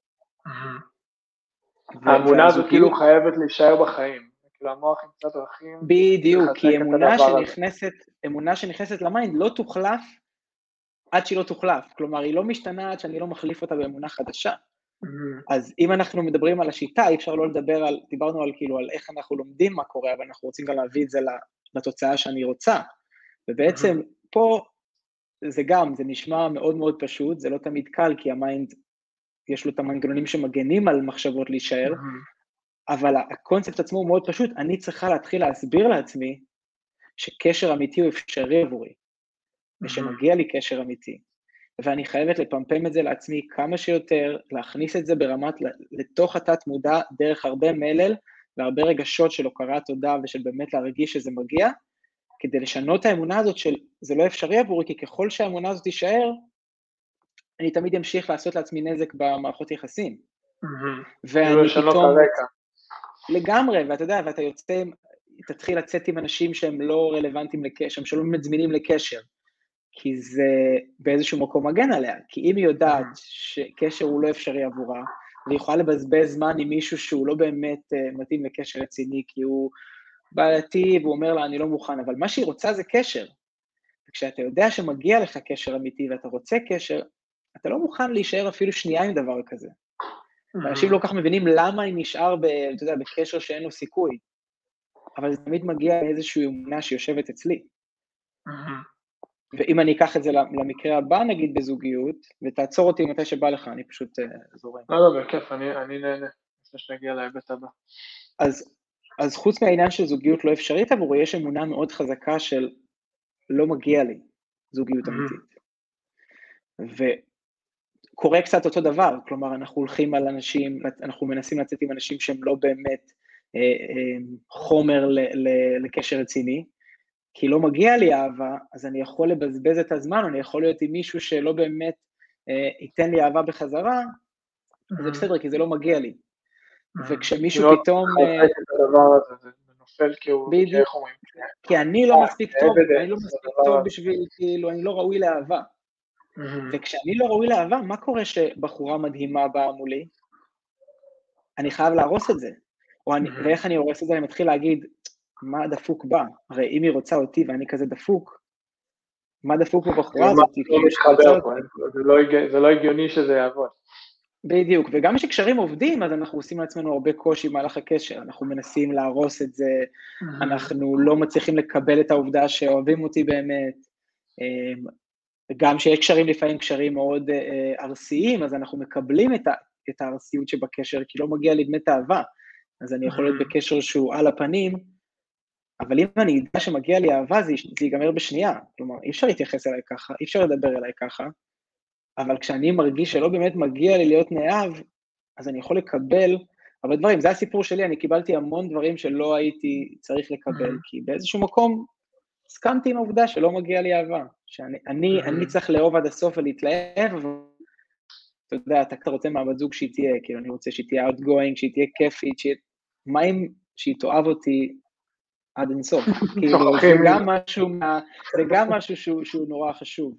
האמונה הזאת כאילו חייבת להישאר בחיים, כאילו המוח עם קצת דרכים. בדיוק, כי אמונה שנכנסת, אמונה שנכנסת למיינד לא תוחלף עד שהיא לא תוחלף, כלומר היא לא משתנה עד שאני לא מחליף אותה באמונה חדשה. אז אם אנחנו מדברים על השיטה, אי אפשר לא לדבר על, דיברנו על כאילו על איך אנחנו לומדים מה קורה, אבל אנחנו רוצים גם להביא את זה לתוצאה שאני רוצה, ובעצם פה זה גם, זה נשמע מאוד מאוד פשוט, זה לא תמיד קל, כי המיינד יש לו את המנגנונים שמגנים על מחשבות להישאר, אבל הקונספט עצמו הוא מאוד פשוט, אני צריכה להתחיל להסביר לעצמי שקשר אמיתי הוא אפשרי עבורי, ושמגיע לי קשר אמיתי, ואני חייבת לפמפם את זה לעצמי כמה שיותר, להכניס את זה ברמת, לתוך התת מודע, דרך הרבה מלל, והרבה רגשות של הוקרת תודה, ושל באמת להרגיש שזה מגיע, כדי לשנות את האמונה הזאת של זה לא אפשרי עבורי, כי ככל שהאמונה הזאת תישאר, אני תמיד אמשיך לעשות לעצמי נזק במערכות יחסים. ואני פתאום, לגמרי, ואתה יודע, ואתה יוצא, תתחיל לצאת עם אנשים שהם לא רלוונטיים לקשר, שהם שלא מזמינים לקשר, כי זה באיזשהו מקום מגן עליה, כי אם היא יודעת שקשר הוא לא אפשרי עבורה, והיא יכולה לבזבז זמן עם מישהו שהוא לא באמת מתאים לקשר רציני, כי הוא בעייתי, והוא אומר לה, אני לא מוכן, אבל מה שהיא רוצה זה קשר. וכשאתה יודע שמגיע לך קשר אמיתי, ואתה רוצה קשר, אתה לא מוכן להישאר אפילו שנייה עם דבר כזה. ואנשים לא כך מבינים למה היא נשאר ב, אתה יודע, בקשר שאין לו סיכוי. אבל זה תמיד מגיע באיזושהי אמונה שיושבת אצלי. ואם אני אקח את זה למקרה הבא, נגיד בזוגיות, ותעצור אותי מתי שבא לך, אני פשוט זורם. לא, לא, בכיף, אני, אני נהנה. לפני שנגיע להיבט הבא. אז, אז חוץ מהעניין של זוגיות לא אפשרית עבורי, יש אמונה מאוד חזקה של לא מגיע לי זוגיות אמיתית. וקורה קצת אותו דבר, כלומר אנחנו הולכים על אנשים, אנחנו מנסים לצאת עם אנשים שהם לא באמת אה, אה, חומר ל, ל, לקשר רציני, כי לא מגיע לי אהבה, אז אני יכול לבזבז את הזמן, אני יכול להיות עם מישהו שלא באמת אה, ייתן לי אהבה בחזרה, זה בסדר, כי זה לא מגיע לי. וכשמישהו פתאום... נופל כי הוא... כי אני לא מספיק טוב, אני לא מספיק טוב בשביל, כאילו, אני לא ראוי לאהבה. וכשאני לא ראוי לאהבה, מה קורה שבחורה מדהימה באה מולי? אני חייב להרוס את זה. ואיך אני הורס את זה? אני מתחיל להגיד, מה דפוק בה? הרי אם היא רוצה אותי ואני כזה דפוק, מה דפוק בבחורה הזאת? זה לא הגיוני שזה יעבוד. בדיוק, וגם כשקשרים עובדים, אז אנחנו עושים לעצמנו הרבה קושי במהלך הקשר, אנחנו מנסים להרוס את זה, אנחנו לא מצליחים לקבל את העובדה שאוהבים אותי באמת, גם שיש קשרים לפעמים קשרים מאוד ארסיים, אז אנחנו מקבלים את הארסיות שבקשר, כי לא מגיע לי באמת אהבה, אז אני יכול להיות בקשר שהוא על הפנים, אבל אם אני יודע שמגיע לי אהבה, זה ייגמר בשנייה, כלומר, אי אפשר להתייחס אליי ככה, אי אפשר לדבר אליי ככה, אבל כשאני מרגיש שלא באמת מגיע לי להיות נאהב, אז אני יכול לקבל הרבה דברים. זה הסיפור שלי, אני קיבלתי המון דברים שלא הייתי צריך לקבל, כי באיזשהו מקום הסכמתי עם העובדה שלא מגיע לי אהבה, שאני אני, אני צריך לאהוב עד הסוף ולהתלהב, אבל אתה יודע, אתה רוצה מעמד זוג שהיא תהיה, כאילו אני רוצה שהיא תהיה outgoing, שהיא תהיה כיפית, שהיא... מה אם שהיא תאהב אותי עד אינסוף? כאילו זה גם משהו, מה... זה גם משהו שהוא, שהוא נורא חשוב.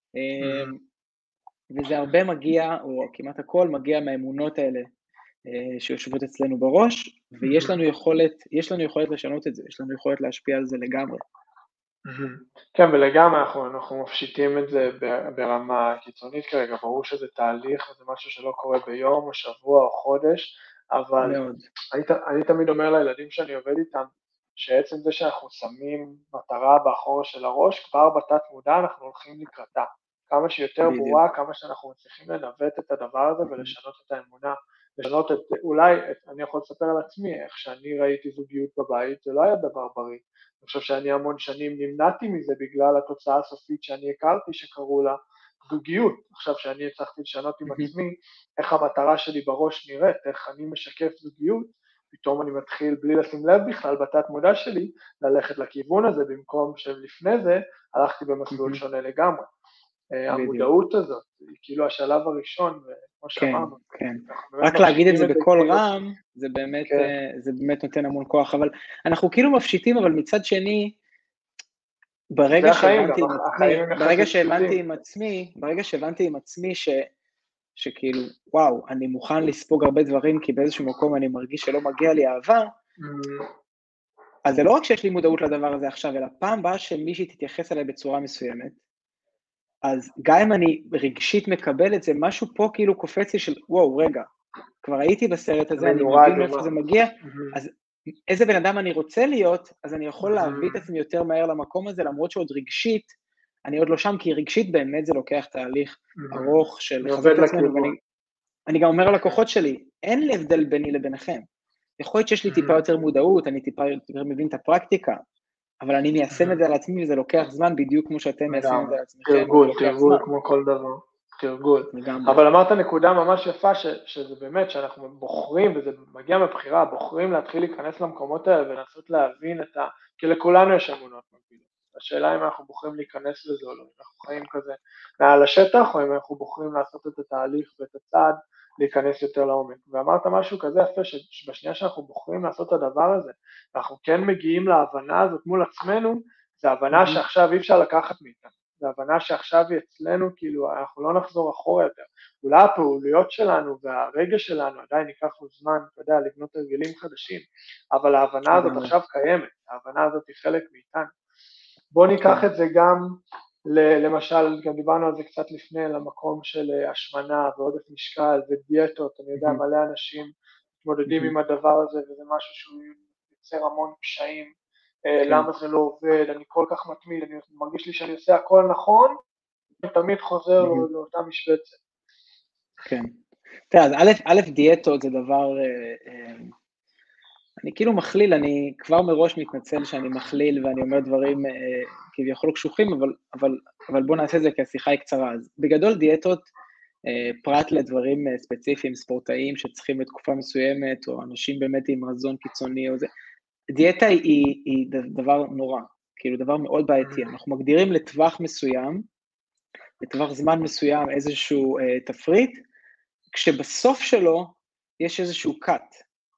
וזה הרבה מגיע, או כמעט הכל מגיע מהאמונות האלה שיושבות אצלנו בראש, ויש לנו יכולת, יש לנו יכולת לשנות את זה, יש לנו יכולת להשפיע על זה לגמרי. כן, ולגמרי אנחנו, אנחנו מפשיטים את זה ברמה קיצונית כרגע, ברור שזה תהליך, זה משהו שלא קורה ביום או שבוע או חודש, אבל אני, אני תמיד אומר לילדים שאני עובד איתם, שעצם זה שאנחנו שמים מטרה באחור של הראש, כבר בתת מודע אנחנו הולכים לקראתה. כמה שיותר ברורה, כמה שאנחנו מצליחים לנווט את הדבר הזה ולשנות את האמונה לשנות את, אולי, את, אני יכול לספר על עצמי, איך שאני ראיתי זוגיות בבית, זה לא היה דבר בריא. אני חושב שאני המון שנים נמנעתי מזה בגלל התוצאה הסופית שאני הכרתי שקראו לה זוגיות. עכשיו שאני הצלחתי לשנות עם עצמי, איך המטרה שלי בראש נראית, איך אני משקף זוגיות, פתאום אני מתחיל בלי לשים לב בכלל בתת מודע שלי, ללכת לכיוון הזה, במקום שלפני זה הלכתי במסלול שונה לגמרי. המודעות הזאת, היא כאילו השלב הראשון, וכמו שאמרנו. כן, כן. רק להגיד את זה בכל רם, זה באמת, זה באמת נותן המון כוח, אבל אנחנו כאילו מפשיטים, אבל מצד שני, ברגע שהבנתי עם עצמי, ברגע שהבנתי עם עצמי, ברגע שהבנתי עם עצמי ש, שכאילו, וואו, אני מוכן לספוג הרבה דברים, כי באיזשהו מקום אני מרגיש שלא מגיע לי אהבה, אז זה לא רק שיש לי מודעות לדבר הזה עכשיו, אלא פעם באה שמישהי תתייחס אליי בצורה מסוימת, אז גם אם אני רגשית מקבל את זה, משהו פה כאילו קופץ לי של, וואו, רגע, כבר הייתי בסרט הזה, אני מבין מאיפה זה מגיע, אז איזה בן אדם אני רוצה להיות, אז אני יכול להביא את עצמי יותר מהר למקום הזה, למרות שעוד רגשית, אני עוד לא שם, כי רגשית באמת זה לוקח תהליך ארוך של לחזק את עצמנו, ואני גם אומר ללקוחות שלי, אין לי הבדל ביני לביניכם, יכול להיות שיש לי טיפה יותר מודעות, אני טיפה יותר מבין את הפרקטיקה, אבל אני מיישם את זה על עצמי, וזה לוקח זמן בדיוק כמו שאתם מיישמים את זה על עצמכם. תרגול, תרגול כמו כל דבר, תרגול. אבל אמרת נקודה ממש יפה, שזה באמת שאנחנו בוחרים, וזה מגיע מבחירה, בוחרים להתחיל להיכנס למקומות האלה, ולנסות להבין את ה... כי לכולנו יש אמונות מקבילות. השאלה אם אנחנו בוחרים להיכנס לזה או לא, אם אנחנו חיים כזה מעל השטח, או אם אנחנו בוחרים לעשות את התהליך ואת הצעד, להיכנס יותר לעומק. ואמרת משהו כזה יפה, שבשנייה שאנחנו בוחרים לעשות את הדבר הזה, ואנחנו כן מגיעים להבנה הזאת מול עצמנו, זה הבנה שעכשיו אי אפשר לקחת מאיתנו, זה הבנה שעכשיו היא אצלנו, כאילו אנחנו לא נחזור אחורה יותר, אולי הפעוליות שלנו והרגש שלנו עדיין ייקח לו זמן, אתה יודע, לבנות הרגלים חדשים, אבל ההבנה הזאת עכשיו קיימת, ההבנה הזאת היא חלק מאיתנו. בואו ניקח את זה גם, למשל, גם דיברנו על זה קצת לפני, למקום של השמנה ועודף משקל ודיאטות, אני יודע, מלא אנשים מתמודדים עם הדבר הזה, וזה משהו שהוא יוצר המון קשיים, למה זה לא עובד, אני כל כך מתמיד, אני מרגיש לי שאני עושה הכל נכון, אני תמיד חוזר לאותה משבצת. כן. תראה, אז א', א', דיאטות זה דבר, אני כאילו מכליל, אני כבר מראש מתנצל שאני מכליל, ואני אומר דברים כביכול קשוחים, אבל, אבל, אבל בוא נעשה את זה כי השיחה היא קצרה. אז בגדול דיאטות, פרט לדברים ספציפיים, ספורטאים שצריכים לתקופה מסוימת, או אנשים באמת עם רזון קיצוני או זה, דיאטה היא, היא דבר נורא, כאילו דבר מאוד בעייתי. אנחנו מגדירים לטווח מסוים, לטווח זמן מסוים איזשהו אה, תפריט, כשבסוף שלו יש איזשהו קאט,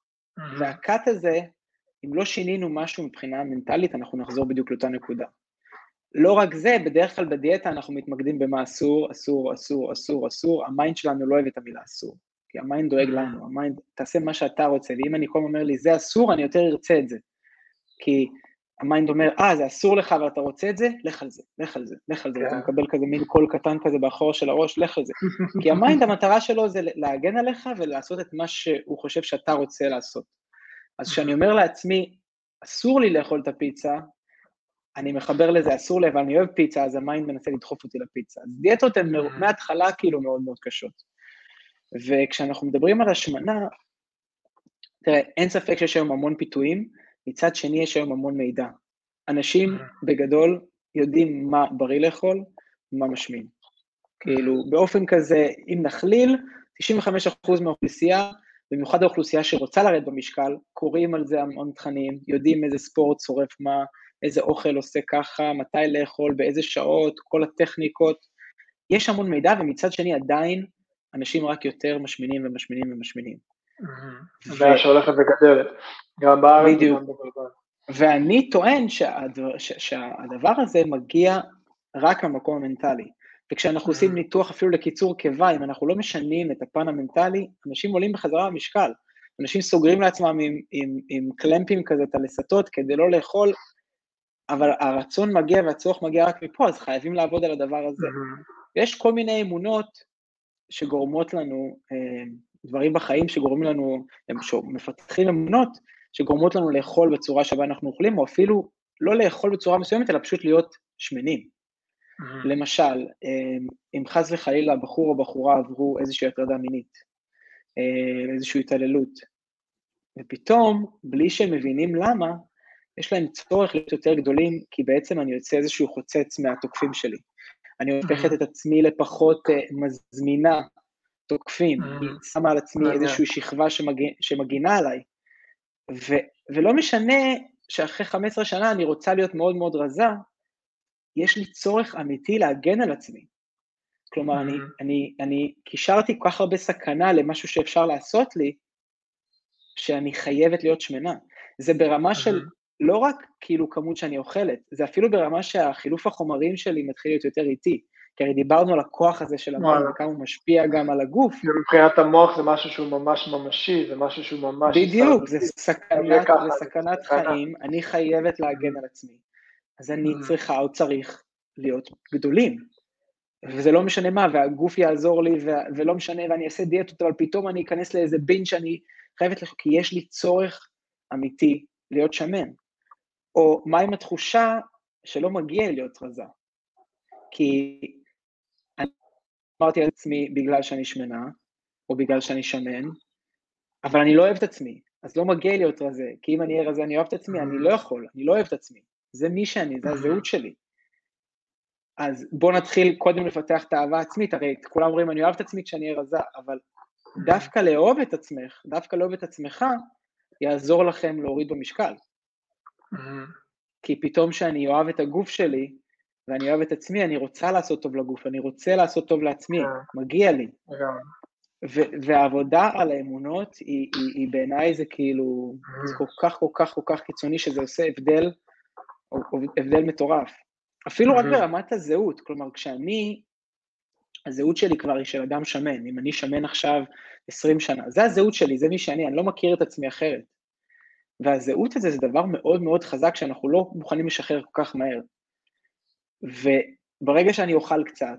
והקאט הזה, אם לא שינינו משהו מבחינה מנטלית, אנחנו נחזור בדיוק לאותה נקודה. לא רק זה, בדרך כלל בדיאטה אנחנו מתמקדים במה אסור, אסור, אסור, אסור, אסור, המיינד שלנו לא אוהב את המילה אסור, כי המיינד דואג לנו, המיינד תעשה מה שאתה רוצה, ואם אני כל אומר לי זה אסור, אני יותר ארצה את זה, כי המיינד אומר, אה, זה אסור לך ואתה רוצה את זה, לך על זה, לך על זה, לך על זה, אתה מקבל כזה מין קול קטן כזה באחור של הראש, לך על זה, כי המיינד המטרה שלו זה להגן עליך ולעשות את מה שהוא חושב שאתה רוצה לעשות. אז כשאני אומר לעצמי, אסור לי לאכול את הפיצה, אני מחבר לזה, אסור לי, אבל אני אוהב פיצה, אז המיינד מנסה לדחוף אותי לפיצה. אז דיאטות הן מההתחלה כאילו מאוד מאוד קשות. וכשאנחנו מדברים על השמנה, תראה, אין ספק שיש היום המון פיתויים, מצד שני יש היום המון מידע. אנשים בגדול יודעים מה בריא לאכול, מה משמין. כאילו, באופן כזה, אם נכליל, תשעים וחמישה אחוז מהאוכלוסייה, במיוחד האוכלוסייה שרוצה לרדת במשקל, קוראים על זה המון תכנים, יודעים איזה ספורט שורף מה, איזה אוכל עושה ככה, מתי לאכול, באיזה שעות, כל הטכניקות. יש המון מידע, ומצד שני עדיין אנשים רק יותר משמינים ומשמינים ומשמינים. זה שהולכת וגדלת, גם בארץ וגם בגלגל. ואני טוען שהדבר הזה מגיע רק למקום המנטלי. וכשאנחנו עושים ניתוח אפילו לקיצור קיבה, אם אנחנו לא משנים את הפן המנטלי, אנשים עולים בחזרה במשקל. אנשים סוגרים לעצמם עם, עם, עם קלמפים כזה, את הלסתות, כדי לא לאכול, אבל הרצון מגיע והצורך מגיע רק מפה, אז חייבים לעבוד על הדבר הזה. ויש כל מיני אמונות שגורמות לנו, דברים בחיים שגורמים לנו, מפתחים אמונות, שגורמות לנו לאכול בצורה שבה אנחנו אוכלים, או אפילו לא לאכול בצורה מסוימת, אלא פשוט להיות שמנים. למשל, אם חס וחלילה בחור או בחורה עברו איזושהי הטרדה מינית, איזושהי התעללות. ופתאום, בלי שהם מבינים למה, יש להם צורך להיות יותר גדולים, כי בעצם אני יוצא איזשהו חוצץ מהתוקפים שלי. אני הופכת את עצמי לפחות מזמינה תוקפים, היא שמה על עצמי איזושהי שכבה שמגינה עליי, ולא משנה שאחרי חמש עשרה שנה אני רוצה להיות מאוד מאוד רזה, יש לי צורך אמיתי להגן על עצמי. כלומר, אני, אני, אני קישרתי כל כך הרבה סכנה למשהו שאפשר לעשות לי, שאני חייבת להיות שמנה. זה ברמה של לא רק כאילו כמות שאני אוכלת, זה אפילו ברמה שהחילוף החומרים שלי מתחיל להיות יותר איטי, כי הרי דיברנו על הכוח הזה של המים, וכמה הוא משפיע גם על הגוף. מבחינת המוח זה משהו שהוא ממש ממשי, זה משהו שהוא ממש... בדיוק, זה סכנת, זה סכנת חיים, אני חייבת להגן על עצמי. אז אני צריכה או צריך להיות גדולים. וזה לא משנה מה, והגוף יעזור לי, ולא משנה, ואני אעשה דיאטות, אבל פתאום אני אכנס לאיזה בין שאני חייבת לך, כי יש לי צורך אמיתי להיות שמן. או מה עם התחושה שלא מגיע להיות רזה? כי אני אמרתי על עצמי בגלל שאני שמנה, או בגלל שאני שמן, אבל אני לא אוהב את עצמי, אז לא מגיע להיות רזה, כי אם אני אהיה רזה אני אוהב את עצמי, אני לא יכול, אני לא אוהב את עצמי. זה מי שאני, זה הזהות שלי. אז בוא נתחיל קודם לפתח את האהבה העצמית, הרי כולם אומרים אני אוהב את עצמי כשאני אהיה רזה, אבל דווקא לאהוב את עצמך, דווקא לאהוב את עצמך, יעזור לכם להוריד במשקל. כי פתאום שאני אוהב את הגוף שלי, ואני אוהב את עצמי, אני רוצה לעשות טוב לגוף, אני רוצה לעשות טוב לעצמי, מגיע לי. והעבודה על האמונות, היא, היא, היא בעיניי זה כאילו, זה כל כך כל כך כל כך קיצוני, שזה עושה הבדל, הבדל מטורף. אפילו רק ברמת הזהות, כלומר, כשאני, הזהות שלי כבר היא של אדם שמן, אם אני שמן עכשיו עשרים שנה, זה הזהות שלי, זה מי שאני, אני לא מכיר את עצמי אחרת. והזהות הזה זה דבר מאוד מאוד חזק, שאנחנו לא מוכנים לשחרר כל כך מהר. וברגע שאני אוכל קצת,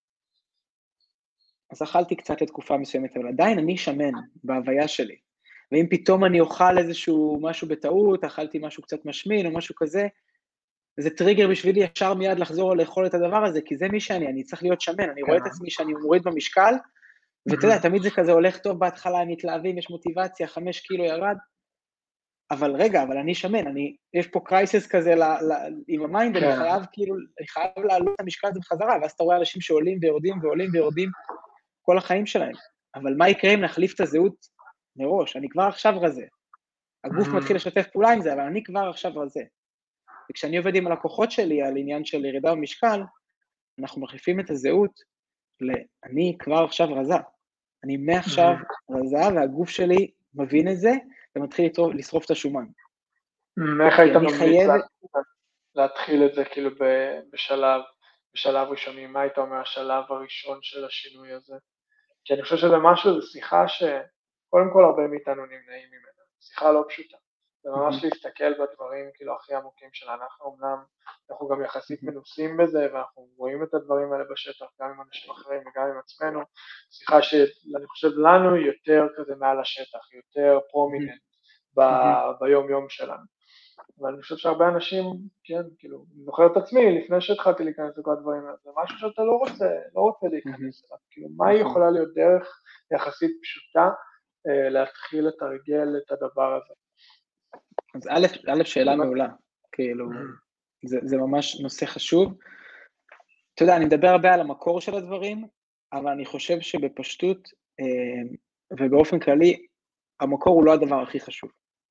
אז אכלתי קצת לתקופה מסוימת, אבל עדיין אני שמן בהוויה שלי. ואם פתאום אני אוכל איזשהו משהו בטעות, אכלתי משהו קצת משמין או משהו כזה, זה טריגר בשבילי ישר מיד לחזור לאכול את הדבר הזה, כי זה מי שאני, אני צריך להיות שמן, אני רואה את עצמי שאני מוריד במשקל, ואתה יודע, תמיד זה כזה הולך טוב בהתחלה, הם מתלהבים, יש מוטיבציה, חמש קילו ירד, אבל רגע, אבל אני שמן, אני, יש פה קרייסס כזה ל, ל, עם המיינד, אני חייב כאילו, אני חייב לעלות את המשקל הזה בחזרה, ואז אתה רואה אנשים שעולים ויורדים ועולים ויורדים כל החיים שלהם, אבל מה יקרה אם נחליף את הזהות מראש? אני כבר עכשיו רזה, הגוף מתחיל לשתף פעולה עם זה, אבל אני כבר עכשיו רזה. וכשאני עובד עם הלקוחות שלי על עניין של ירידה במשקל, אנחנו מחליפים את הזהות ל"אני כבר עכשיו רזה". אני מעכשיו רזה, והגוף שלי מבין את זה, ומתחיל לשרוף את השומן. איך היית ממליץ להתחיל את זה כאילו בשלב, בשלב ראשוני? מה היית אומר השלב הראשון של השינוי הזה? כי אני חושב שזה משהו, זו שיחה שקודם כל הרבה מאיתנו נמנעים ממנה. שיחה לא פשוטה. זה ממש להסתכל בדברים כאילו הכי עמוקים שלנו. אנחנו אמנם, אנחנו גם יחסית מנוסים בזה, ואנחנו רואים את הדברים האלה בשטח, גם עם אנשים אחרים וגם עם עצמנו. שיחה שאני חושב לנו יותר כזה מעל השטח, יותר פרומיננט ביום יום שלנו. ואני חושב שהרבה אנשים, כן, כאילו, אני זוכר את עצמי, לפני שהתחלתי להיכנס לכל הדברים האלה, זה משהו שאתה לא רוצה, לא רוצה להיכנס אליו. כאילו, מה יכולה להיות דרך יחסית פשוטה להתחיל לתרגל את הדבר הזה? אז א', א', שאלה מעולה, כאילו, זה, זה ממש נושא חשוב. אתה יודע, אני מדבר הרבה על המקור של הדברים, אבל אני חושב שבפשטות, ובאופן כללי, המקור הוא לא הדבר הכי חשוב.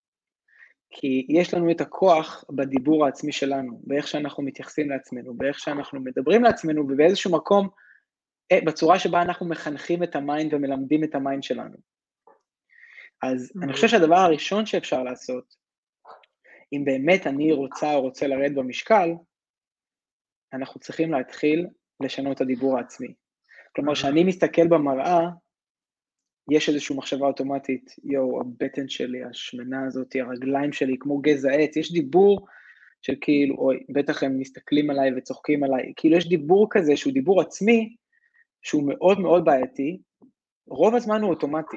כי יש לנו את הכוח בדיבור העצמי שלנו, באיך שאנחנו מתייחסים לעצמנו, באיך שאנחנו מדברים לעצמנו, ובאיזשהו מקום, בצורה שבה אנחנו מחנכים את המיינד ומלמדים את המיינד שלנו. אז אני חושב שהדבר הראשון שאפשר לעשות, אם באמת אני רוצה או רוצה לרדת במשקל, אנחנו צריכים להתחיל לשנות את הדיבור העצמי. כלומר, שאני מסתכל במראה, יש איזושהי מחשבה אוטומטית, יו, הבטן שלי, השמנה הזאת, הרגליים שלי, כמו גזע עץ, יש דיבור של כאילו, אוי, בטח הם מסתכלים עליי וצוחקים עליי, כאילו יש דיבור כזה שהוא דיבור עצמי, שהוא מאוד מאוד בעייתי, רוב הזמן הוא אוטומטי.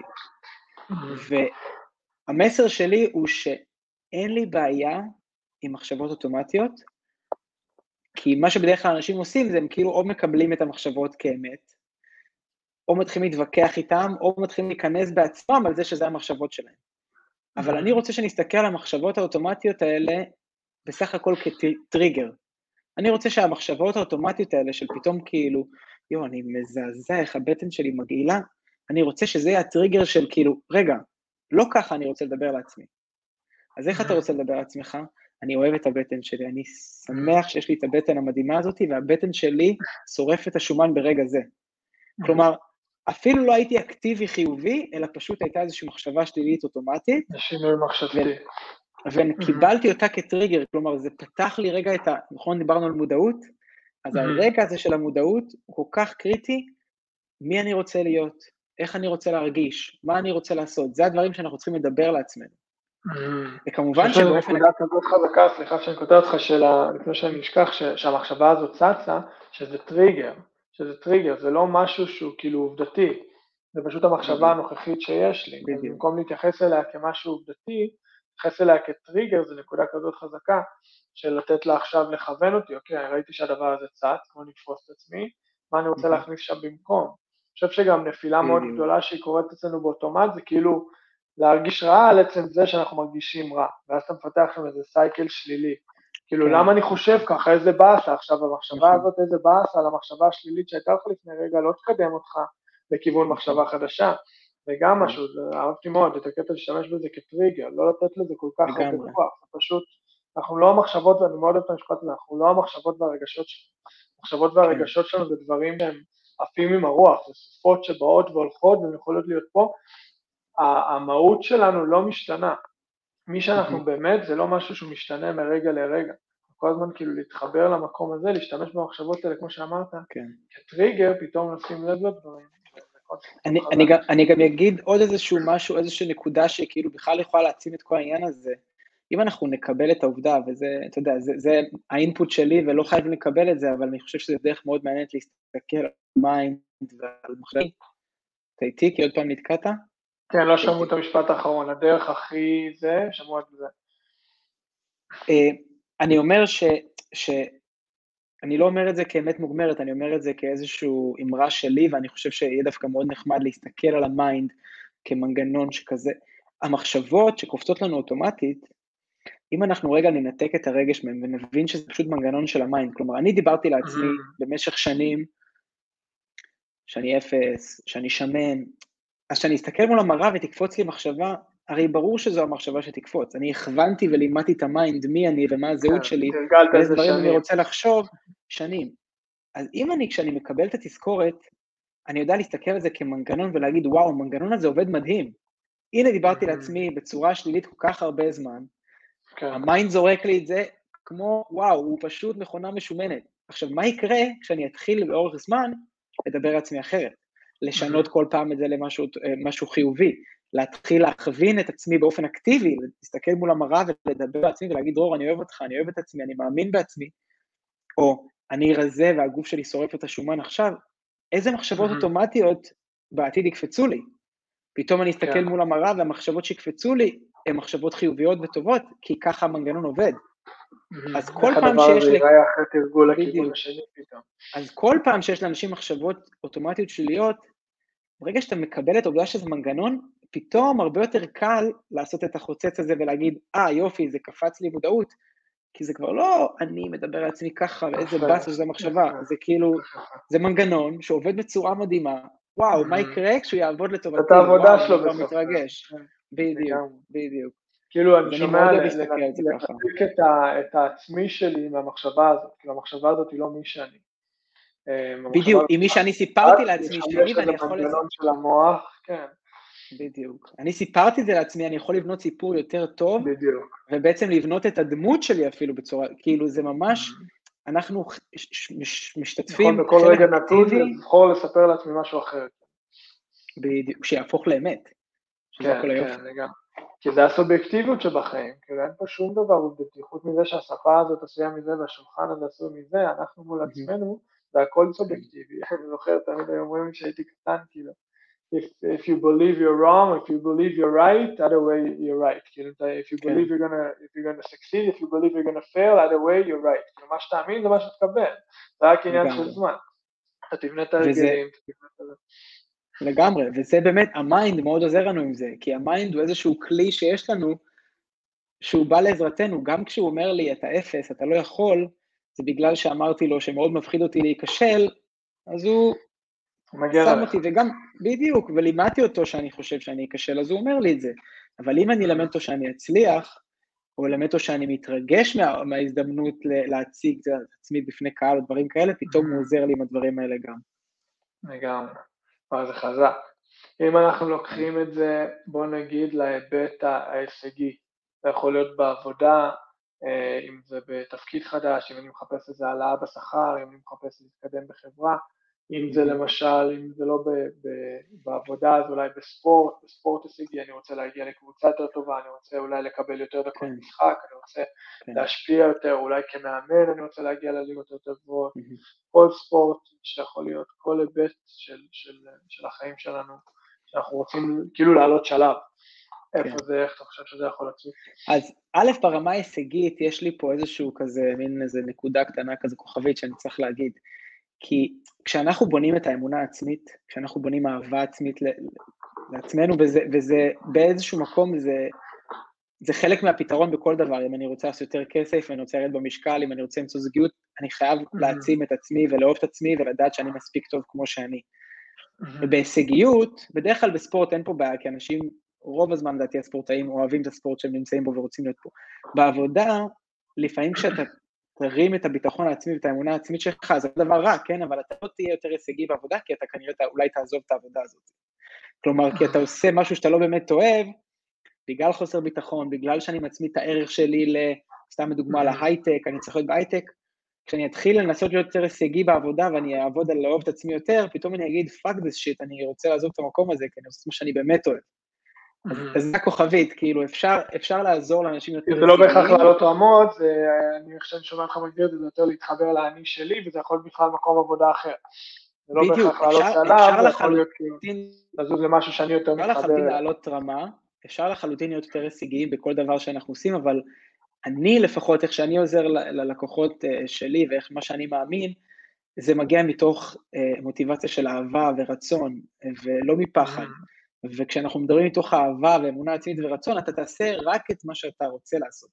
והמסר שלי הוא שאין לי בעיה עם מחשבות אוטומטיות, כי מה שבדרך כלל אנשים עושים זה הם כאילו או מקבלים את המחשבות כאמת, או מתחילים להתווכח איתם, או מתחילים להיכנס בעצמם על זה שזה המחשבות שלהם. אבל אני רוצה שנסתכל על המחשבות האוטומטיות האלה, בסך הכל כטריגר. אני רוצה שהמחשבות האוטומטיות האלה, של פתאום כאילו, יו, אני מזעזע, איך הבטן שלי מגעילה, אני רוצה שזה יהיה הטריגר של כאילו, רגע, לא ככה אני רוצה לדבר לעצמי. אז איך אתה רוצה לדבר לעצמך? אני אוהב את הבטן שלי, אני שמח שיש לי את הבטן המדהימה הזאת, והבטן שלי שורף את השומן ברגע זה. כלומר, אפילו לא הייתי אקטיבי חיובי, אלא פשוט הייתה איזושהי מחשבה שלילית אוטומטית. שינוי מחשבתי. וקיבלתי אותה כטריגר, כלומר, זה פתח לי רגע את ה... נכון, דיברנו על מודעות? אז הרגע הזה של המודעות הוא כל כך קריטי, מי אני רוצה להיות, איך אני רוצה להרגיש, מה אני רוצה לעשות, זה הדברים שאנחנו צריכים לדבר לעצמנו. וכמובן שבאופן... נקודה כזאת חזקה, סליחה שאני כותב אותך, לפני שאני נשכח, שהמחשבה הזאת צצה, שזה טריגר, שזה טריגר, זה לא משהו שהוא כאילו עובדתי, זה פשוט המחשבה הנוכחית שיש לי, אז במקום להתייחס אליה כמשהו עובדתי, להתייחס אליה כטריגר, זה נקודה כזאת חזקה, של לתת לה עכשיו לכוון אותי, אוקיי, ראיתי שהדבר הזה צץ, כמו לתפוס את עצמי, מה אני רוצה להכניס שם במקום. אני חושב שגם נפילה מאוד גדולה שהיא קורית אצלנו באוטומט, זה כאילו להרגיש רע על עצם זה שאנחנו מרגישים רע, ואז אתה מפתח שם איזה סייקל שלילי. כאילו, למה אני חושב ככה, איזה באסה, עכשיו המחשבה הזאת, איזה באסה, על המחשבה השלילית שהייתה לך לפני רגע, לא תקדם אותך לכיוון מחשבה חדשה. וגם משהו, אהבתי מאוד, את הקטע להשתמש בזה כטריגר, לא לתת לזה כל כך הרבה כוח, זה פשוט, אנחנו לא המחשבות, ואני מאוד אוהב את המשפט הזה, אנחנו לא המחשבות והרגשות שלנו. המחשבות והרגשות שלנו זה דברים שהם עפים עם הרוח, זה סופות שבאות והולכות, והן יכולות להיות פה. המהות שלנו לא משתנה. מי שאנחנו באמת, זה לא משהו שהוא משתנה מרגע לרגע. כל הזמן כאילו להתחבר למקום הזה, להשתמש במחשבות האלה, כמו שאמרת, כטריגר, פתאום לשים לב לדברים. אני, אני, גם, אני גם אגיד עוד איזשהו משהו, איזושהי נקודה שכאילו בכלל יכולה להעצים את כל העניין הזה. אם אנחנו נקבל את העובדה, וזה, אתה יודע, זה, זה האינפוט שלי, ולא חייבים לקבל את זה, אבל אני חושב שזה דרך מאוד מעניינת להסתכל על מיינד ועל מחשבים. אתה איתי? כי עוד פעם נתקעת? כן, לא שמעו את המשפט האחרון, הדרך הכי זה, שמעו את זה. אני אומר ש... ש... אני לא אומר את זה כאמת מוגמרת, אני אומר את זה כאיזשהו אמרה שלי, ואני חושב שיהיה דווקא מאוד נחמד להסתכל על המיינד כמנגנון שכזה. המחשבות שקופצות לנו אוטומטית, אם אנחנו רגע ננתק את הרגש מהם ונבין שזה פשוט מנגנון של המיינד, כלומר, אני דיברתי לעצמי במשך שנים, שאני אפס, שאני שמן, אז שאני אסתכל מול המראה ותקפוץ לי מחשבה, הרי ברור שזו המחשבה שתקפוץ, אני הכוונתי ולימדתי את המיינד, מי אני ומה הזהות שלי, ואיזה דברים אני רוצה לחשוב, שנים. אז אם אני, כשאני מקבל את התזכורת, אני יודע להסתכל על זה כמנגנון ולהגיד, וואו, המנגנון הזה עובד מדהים. הנה דיברתי לעצמי בצורה שלילית כל כך הרבה זמן, המיינד זורק לי את זה כמו, וואו, הוא פשוט מכונה משומנת. עכשיו, מה יקרה כשאני אתחיל לאורך זמן לדבר לעצמי אחרת? לשנות כל פעם את זה למשהו משהו חיובי, להתחיל להכווין את עצמי באופן אקטיבי, להסתכל מול המראה ולדבר לעצמי ולהגיד, דרור, אני אוהב אותך, אני אוהב את עצמי, אני מאמין בעצמי, או אני רזה והגוף שלי שורף את השומן עכשיו, איזה מחשבות אוטומטיות בעתיד יקפצו לי? פתאום אני אסתכל מול המראה והמחשבות שיקפצו לי, הן מחשבות חיוביות וטובות, כי ככה המנגנון עובד. אז כל פעם שיש לי... אז כל פעם שיש לאנשים מחשבות אוטומטיות שליליות, ברגע שאתה מקבל את העובדה שזה מנגנון, פתאום הרבה יותר קל לעשות את החוצץ הזה ולהגיד, אה, יופי, זה קפץ לי מודעות, כי זה כבר לא אני מדבר על עצמי ככה, ואיזה בסה שזו המחשבה, זה כאילו, זה מנגנון שעובד בצורה מדהימה, וואו, מה יקרה כשהוא יעבוד לטובתי? את העבודה שלו בסוף. מתרגש. בדיוק, בדיוק. כאילו, אני שומע לנתק את העצמי שלי מהמחשבה הזאת, כאילו, המחשבה הזאת היא לא מי שאני. בדיוק, עם מי שאני סיפרתי לעצמי שלי, ואני יכול... מנגנון של המוח, כן. בדיוק. אני סיפרתי את זה לעצמי, אני יכול לבנות סיפור יותר טוב, בדיוק. ובעצם לבנות את הדמות שלי אפילו בצורה, כאילו זה ממש, אנחנו משתתפים... בכל רגע נתון, לבחור לספר לעצמי משהו אחר. בדיוק, שיהפוך לאמת. כן, כן, לגמרי. כי זה הסובייקטיביות שבחיים, כאילו אין פה שום דבר עובדתי, חוץ מזה שהשפה הזאת עשויה מזה, והשולחן הזה עשוי מזה, אנחנו מול עצמנו, זה הכל סובייקטיבי. אני זוכר, תמיד היו אומרים שהייתי קטן, כאילו, if, if you believe you're wrong, if you believe you're right, either way you're right. כאילו, if you believe you're gonna, if you're gonna succeed, if you believe you're gonna fail, either way you're right. כאילו, מה שתאמין זה מה שתקבל. זה רק עניין של זמן. אתה תבנה את הרגלים, אתה תבנה את זה. לגמרי, וזה באמת, המיינד מאוד עוזר לנו עם זה, כי המיינד הוא איזשהו כלי שיש לנו, שהוא בא לעזרתנו, גם כשהוא אומר לי, אתה אפס, אתה לא יכול, זה בגלל שאמרתי לו שמאוד מפחיד אותי להיכשל, אז הוא שם אותי, וגם, בדיוק, ולימדתי אותו שאני חושב שאני אכשל, אז הוא אומר לי את זה, אבל אם אני אלמד אותו שאני אצליח, או אלמד אותו שאני מתרגש מה, מההזדמנות להציג את עצמי בפני קהל, או דברים כאלה, פתאום הוא עוזר לי עם הדברים האלה גם. לגמרי, אבל זה חזק. אם אנחנו לוקחים את זה, בוא נגיד, להיבט ההישגי, זה יכול להיות בעבודה, אם זה בתפקיד חדש, אם אני מחפש איזה העלאה בשכר, אם אני מחפש להתקדם בחברה, אם זה למשל, אם זה לא ב, ב, בעבודה, אז אולי בספורט, בספורט הישגי, אני רוצה להגיע לקבוצה יותר טובה, אני רוצה אולי לקבל יותר דקות כן. משחק, אני רוצה כן. להשפיע יותר, אולי כמאמן אני רוצה להגיע לליגות יותר גבוהות, כל ספורט שיכול להיות, כל היבט של, של, של החיים שלנו, שאנחנו רוצים כאילו לעלות שלב. איפה כן. זה, איך אתה חושב שזה יכול לצוף? אז א', ברמה ההישגית, יש לי פה איזשהו כזה, מין איזה נקודה קטנה כזה כוכבית שאני צריך להגיד, כי כשאנחנו בונים את האמונה העצמית, כשאנחנו בונים אהבה עצמית לעצמנו, וזה, וזה באיזשהו מקום, זה, זה חלק מהפתרון בכל דבר, אם אני רוצה לעשות יותר כסף, אם אני רוצה לרדת במשקל, אם אני רוצה למצוא זוגיות, אני חייב להעצים את עצמי ולאהוב את עצמי ולדעת שאני מספיק טוב כמו שאני. ובהישגיות, בדרך כלל בספורט אין פה בעיה, כי אנשים, רוב הזמן לדעתי הספורטאים אוהבים את הספורט שהם נמצאים בו ורוצים להיות פה. בעבודה, לפעמים כשאתה תרים את הביטחון העצמי ואת האמונה העצמית שלך, זה דבר רע, כן? אבל אתה לא תהיה יותר הישגי בעבודה, כי אתה כנראה אולי תעזוב את העבודה הזאת. כלומר, כי אתה עושה משהו שאתה לא באמת אוהב, בגלל חוסר ביטחון, בגלל שאני מצמיד את הערך שלי, סתם מדוגמה להייטק, אני צריך להיות בהייטק, כשאני אתחיל לנסות להיות יותר הישגי בעבודה, ואני אעבוד על לאהוב את עצמי יותר, פתאום אני אגיד, fuck this shit, אני רוצה לעזוב את המקום הזה, כי אני עושה מה שאני באמת אוהב. אז זה הכוכבית, כאילו, אפשר, אפשר לעזור לאנשים יותר הישגיים. זה לא בהכרח לעלות רמות, אני חושב שומע לך מגדיר, זה יותר להתחבר לעני שלי, וזה יכול בכלל מקום עבודה אחר. זה לא בהכרח לעלות שלב, זה יכול להיות לזוז למשהו שאני יותר מתחבר. אפשר לחלוטין לעלות רמה, אפשר לחלוטין להיות יותר הישגיים בכל דבר שאנחנו עושים, אבל אני לפחות, איך שאני עוזר ללקוחות שלי, ואיך מה שאני מאמין, זה מגיע מתוך מוטיבציה של אהבה ורצון, ולא מפחד. וכשאנחנו מדברים מתוך אהבה ואמונה עצמית ורצון, אתה תעשה רק את מה שאתה רוצה לעשות.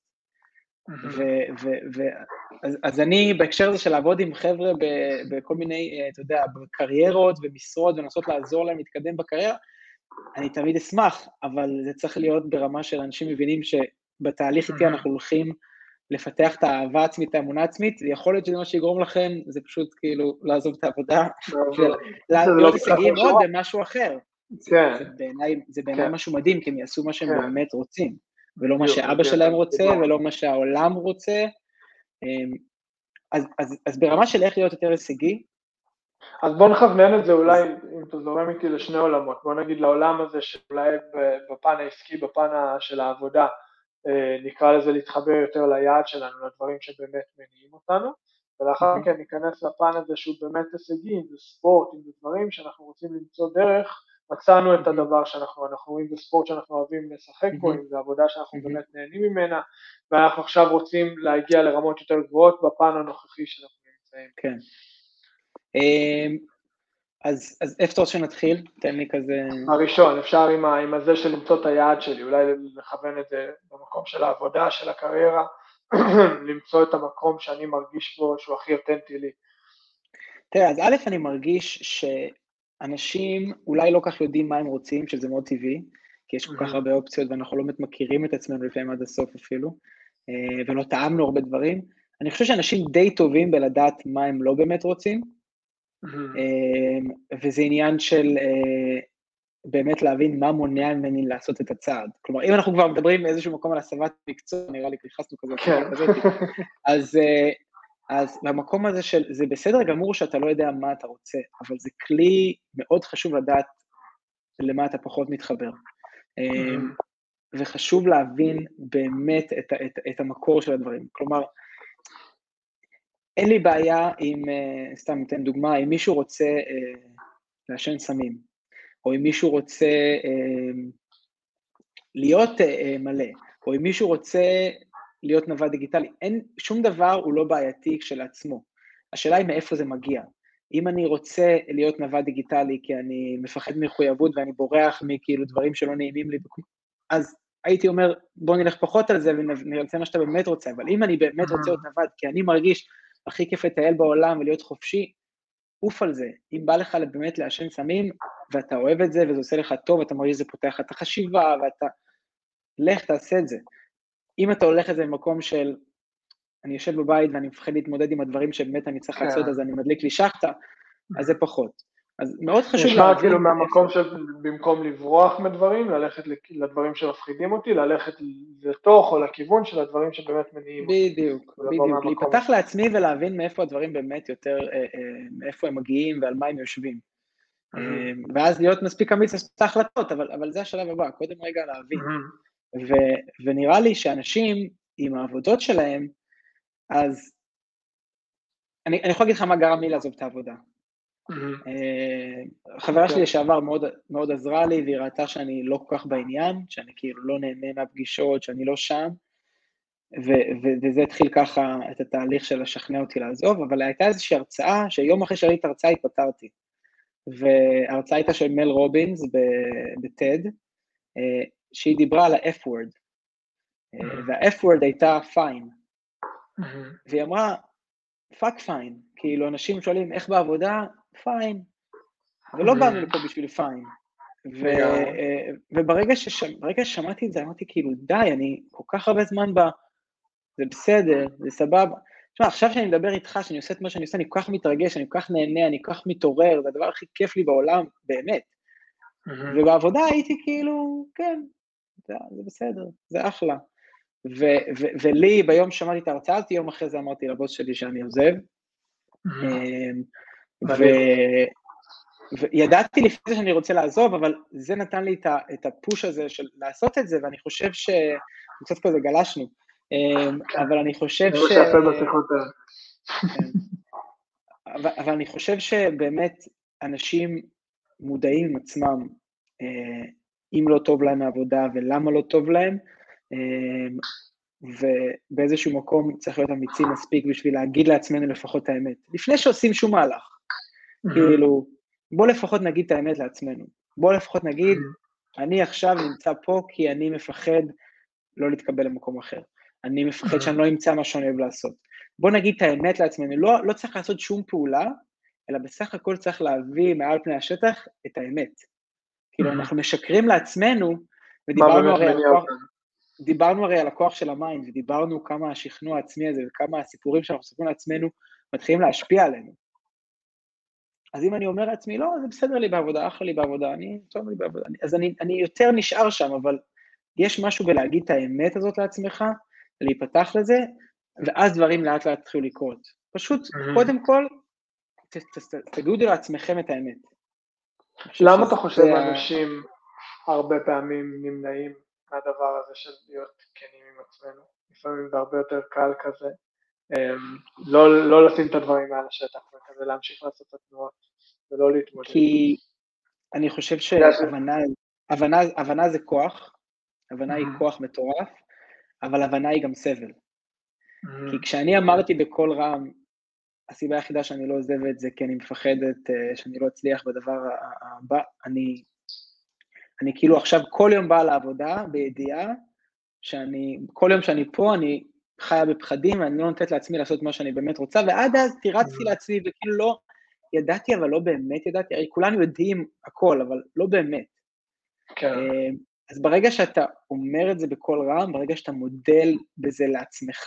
אז אני, בהקשר הזה של לעבוד עם חבר'ה בכל מיני, אתה יודע, קריירות ומשרות, ולנסות לעזור להם להתקדם בקריירה, אני תמיד אשמח, אבל זה צריך להיות ברמה של אנשים מבינים שבתהליך איתי אנחנו הולכים לפתח את האהבה העצמית, את האמונה העצמית, יכול להיות שזה מה שיגרום לכם, זה פשוט כאילו לעזוב את העבודה, להיות הישגיים עוד במשהו אחר. זה בעיניי משהו מדהים, כי הם יעשו מה שהם באמת רוצים, ולא מה שאבא שלהם רוצה, ולא מה שהעולם רוצה. אז ברמה של איך להיות יותר הישגי, אז בוא נכוונן את זה אולי, אם אתה זורם איתי לשני עולמות, בוא נגיד לעולם הזה שאולי בפן העסקי, בפן של העבודה, נקרא לזה להתחבר יותר ליעד שלנו, לדברים שבאמת מניעים אותנו, ולאחר מכן ניכנס לפן הזה שהוא באמת הישגי, אם זה ספורט, אם זה דברים שאנחנו רוצים למצוא דרך, מצאנו את הדבר שאנחנו, אנחנו רואים בספורט שאנחנו אוהבים לשחק בו, אם זה עבודה שאנחנו באמת נהנים ממנה, ואנחנו עכשיו רוצים להגיע לרמות יותר גבוהות בפן הנוכחי שאנחנו נמצאים. כן. אז, אז איפה אתה רוצה שנתחיל? תן לי כזה... הראשון, אפשר עם, עם הזה של למצוא את היעד שלי, אולי לכוון את זה במקום של העבודה, של הקריירה, למצוא את המקום שאני מרגיש בו, שהוא הכי אותנטי לי. תראה, אז א', אני מרגיש שאנשים אולי לא כך יודעים מה הם רוצים, שזה מאוד טבעי, כי יש כל כך הרבה אופציות, ואנחנו לא מכירים את עצמנו לפעמים עד הסוף אפילו, ולא טעמנו הרבה דברים. אני חושב שאנשים די טובים בלדעת מה הם לא באמת רוצים, וזה עניין של באמת להבין מה מונע ממני לעשות את הצעד. כלומר, אם אנחנו כבר מדברים באיזשהו מקום על הסבת מקצוע, נראה לי נכנסנו כזה, אז, אז במקום הזה של, זה בסדר גמור שאתה לא יודע מה אתה רוצה, אבל זה כלי מאוד חשוב לדעת למה אתה פחות מתחבר. וחשוב להבין באמת את, את, את המקור של הדברים. כלומר, אין לי בעיה עם, סתם ניתן דוגמה, אם מישהו רוצה לעשן סמים, או אם מישהו רוצה להיות מלא, או אם מישהו רוצה להיות נווד דיגיטלי, אין, שום דבר הוא לא בעייתי כשלעצמו. השאלה היא מאיפה זה מגיע. אם אני רוצה להיות נווד דיגיטלי, כי אני מפחד מחויבות ואני בורח מכאילו דברים שלא נעימים לי, אז הייתי אומר, בוא נלך פחות על זה ונרצה מה שאתה באמת רוצה, אבל אם אני באמת רוצה להיות נווד, כי אני מרגיש הכי כיף לטייל בעולם ולהיות חופשי, אוף על זה. אם בא לך באמת לעשן סמים, ואתה אוהב את זה, וזה עושה לך טוב, אתה מרגיש שזה פותח את החשיבה, ואתה, לך תעשה את זה. אם אתה הולך את זה במקום של, אני יושב בבית ואני מפחד להתמודד עם הדברים שבאמת אני צריך לעשות, אז אני מדליק לי שחטה, אז זה פחות. אז מאוד חשוב להבין. נשמע כאילו מהמקום שבמקום לברוח מדברים, ללכת לדברים שמפחידים אותי, ללכת לתוך או לכיוון של הדברים שבאמת מניעים. בדיוק, בדיוק. להיפתח לעצמי ולהבין מאיפה הדברים באמת יותר, מאיפה הם מגיעים ועל מה הם יושבים. ואז להיות מספיק אמיץ לעשות את ההחלטות, אבל זה השלב הבא, קודם רגע להבין. ונראה לי שאנשים עם העבודות שלהם, אז אני יכול להגיד לך מה גרם לי לעזוב את העבודה. חברה שלי לשעבר מאוד, מאוד עזרה לי, והיא ראתה שאני לא כל כך בעניין, שאני כאילו לא נהנה מהפגישות, שאני לא שם, וזה התחיל ככה את התהליך של לשכנע אותי לעזוב, אבל הייתה איזושהי הרצאה, שיום אחרי שראיתי את ההרצאה התפטרתי, וההרצאה הייתה של מל רובינס בטד, שהיא דיברה על ה-F-word, וה-F-word הייתה fine, והיא אמרה, fuck fine, כאילו אנשים שואלים איך בעבודה, fine, ולא באנו לפה בשביל fine, וברגע ששמעתי את זה, אמרתי כאילו די, אני כל כך הרבה זמן בה, זה בסדר, זה סבבה, תשמע, עכשיו שאני מדבר איתך, שאני עושה את מה שאני עושה, אני כל כך מתרגש, אני כל כך נהנה, אני כל כך מתעורר, זה הדבר הכי כיף לי בעולם, באמת, ובעבודה הייתי כאילו, כן, זה בסדר, זה אחלה, ולי ביום שמעתי את ההרצאה, יום אחרי זה אמרתי לבוס שלי שאני עוזב, וידעתי לפני זה שאני רוצה לעזוב, אבל זה נתן לי את הפוש הזה של לעשות את זה, ואני חושב ש... קצת כזה גלשנו, אבל אני חושב ש... אבל אני חושב שבאמת אנשים מודעים עם עצמם, אם לא טוב להם העבודה ולמה לא טוב להם, ובאיזשהו מקום צריך להיות אמיצים מספיק בשביל להגיד לעצמנו לפחות את האמת, לפני שעושים שום מהלך, כאילו, בוא לפחות נגיד את האמת לעצמנו, בוא לפחות נגיד, אני עכשיו נמצא פה כי אני מפחד לא להתקבל למקום אחר, אני מפחד שאני לא אמצא מה שאני אוהב לעשות, בוא נגיד את האמת לעצמנו, לא, לא צריך לעשות שום פעולה, אלא בסך הכל צריך להביא מעל פני השטח את האמת, כאילו אנחנו משקרים לעצמנו, ודיברנו הרי על הכוח, דיברנו הרי על הכוח של המיינד, ודיברנו כמה השכנוע העצמי הזה, וכמה הסיפורים שאנחנו מספרים לעצמנו, מתחילים להשפיע עלינו. אז אם אני אומר לעצמי, לא, זה בסדר לי בעבודה, אחלה לי בעבודה, אני טוב לי בעבודה, אז אני, אני יותר נשאר שם, אבל יש משהו בלהגיד את האמת הזאת לעצמך, להיפתח לזה, ואז דברים לאט לאט התחילו לקרות. פשוט, קודם כל, תגידו לעצמכם את האמת. למה אתה חושב אנשים הרבה פעמים נמנעים מהדבר הזה של להיות כנים עם עצמנו? לפעמים זה הרבה יותר קל כזה, לא, לא לשים את הדברים מעל השטח, וכזה להמשיך לעשות את התנועות, ולא להתמודד. כי אני חושב שהבנה, הבנה, הבנה זה כוח, הבנה היא כוח מטורף, אבל הבנה היא גם סבל. כי כשאני אמרתי בכל רם, הסיבה היחידה שאני לא עוזב את זה, כי אני מפחדת שאני לא אצליח בדבר הבא, אני, אני כאילו עכשיו כל יום באה לעבודה, בידיעה, שאני, כל יום שאני פה, אני חיה בפחדים, ואני לא נותנת לעצמי לעשות מה שאני באמת רוצה, ועד אז תירצתי לעצמי, וכאילו לא, ידעתי, אבל לא באמת ידעתי, הרי כולנו יודעים הכל, אבל לא באמת. כן. אז ברגע שאתה אומר את זה בכל רם, ברגע שאתה מודל בזה לעצמך,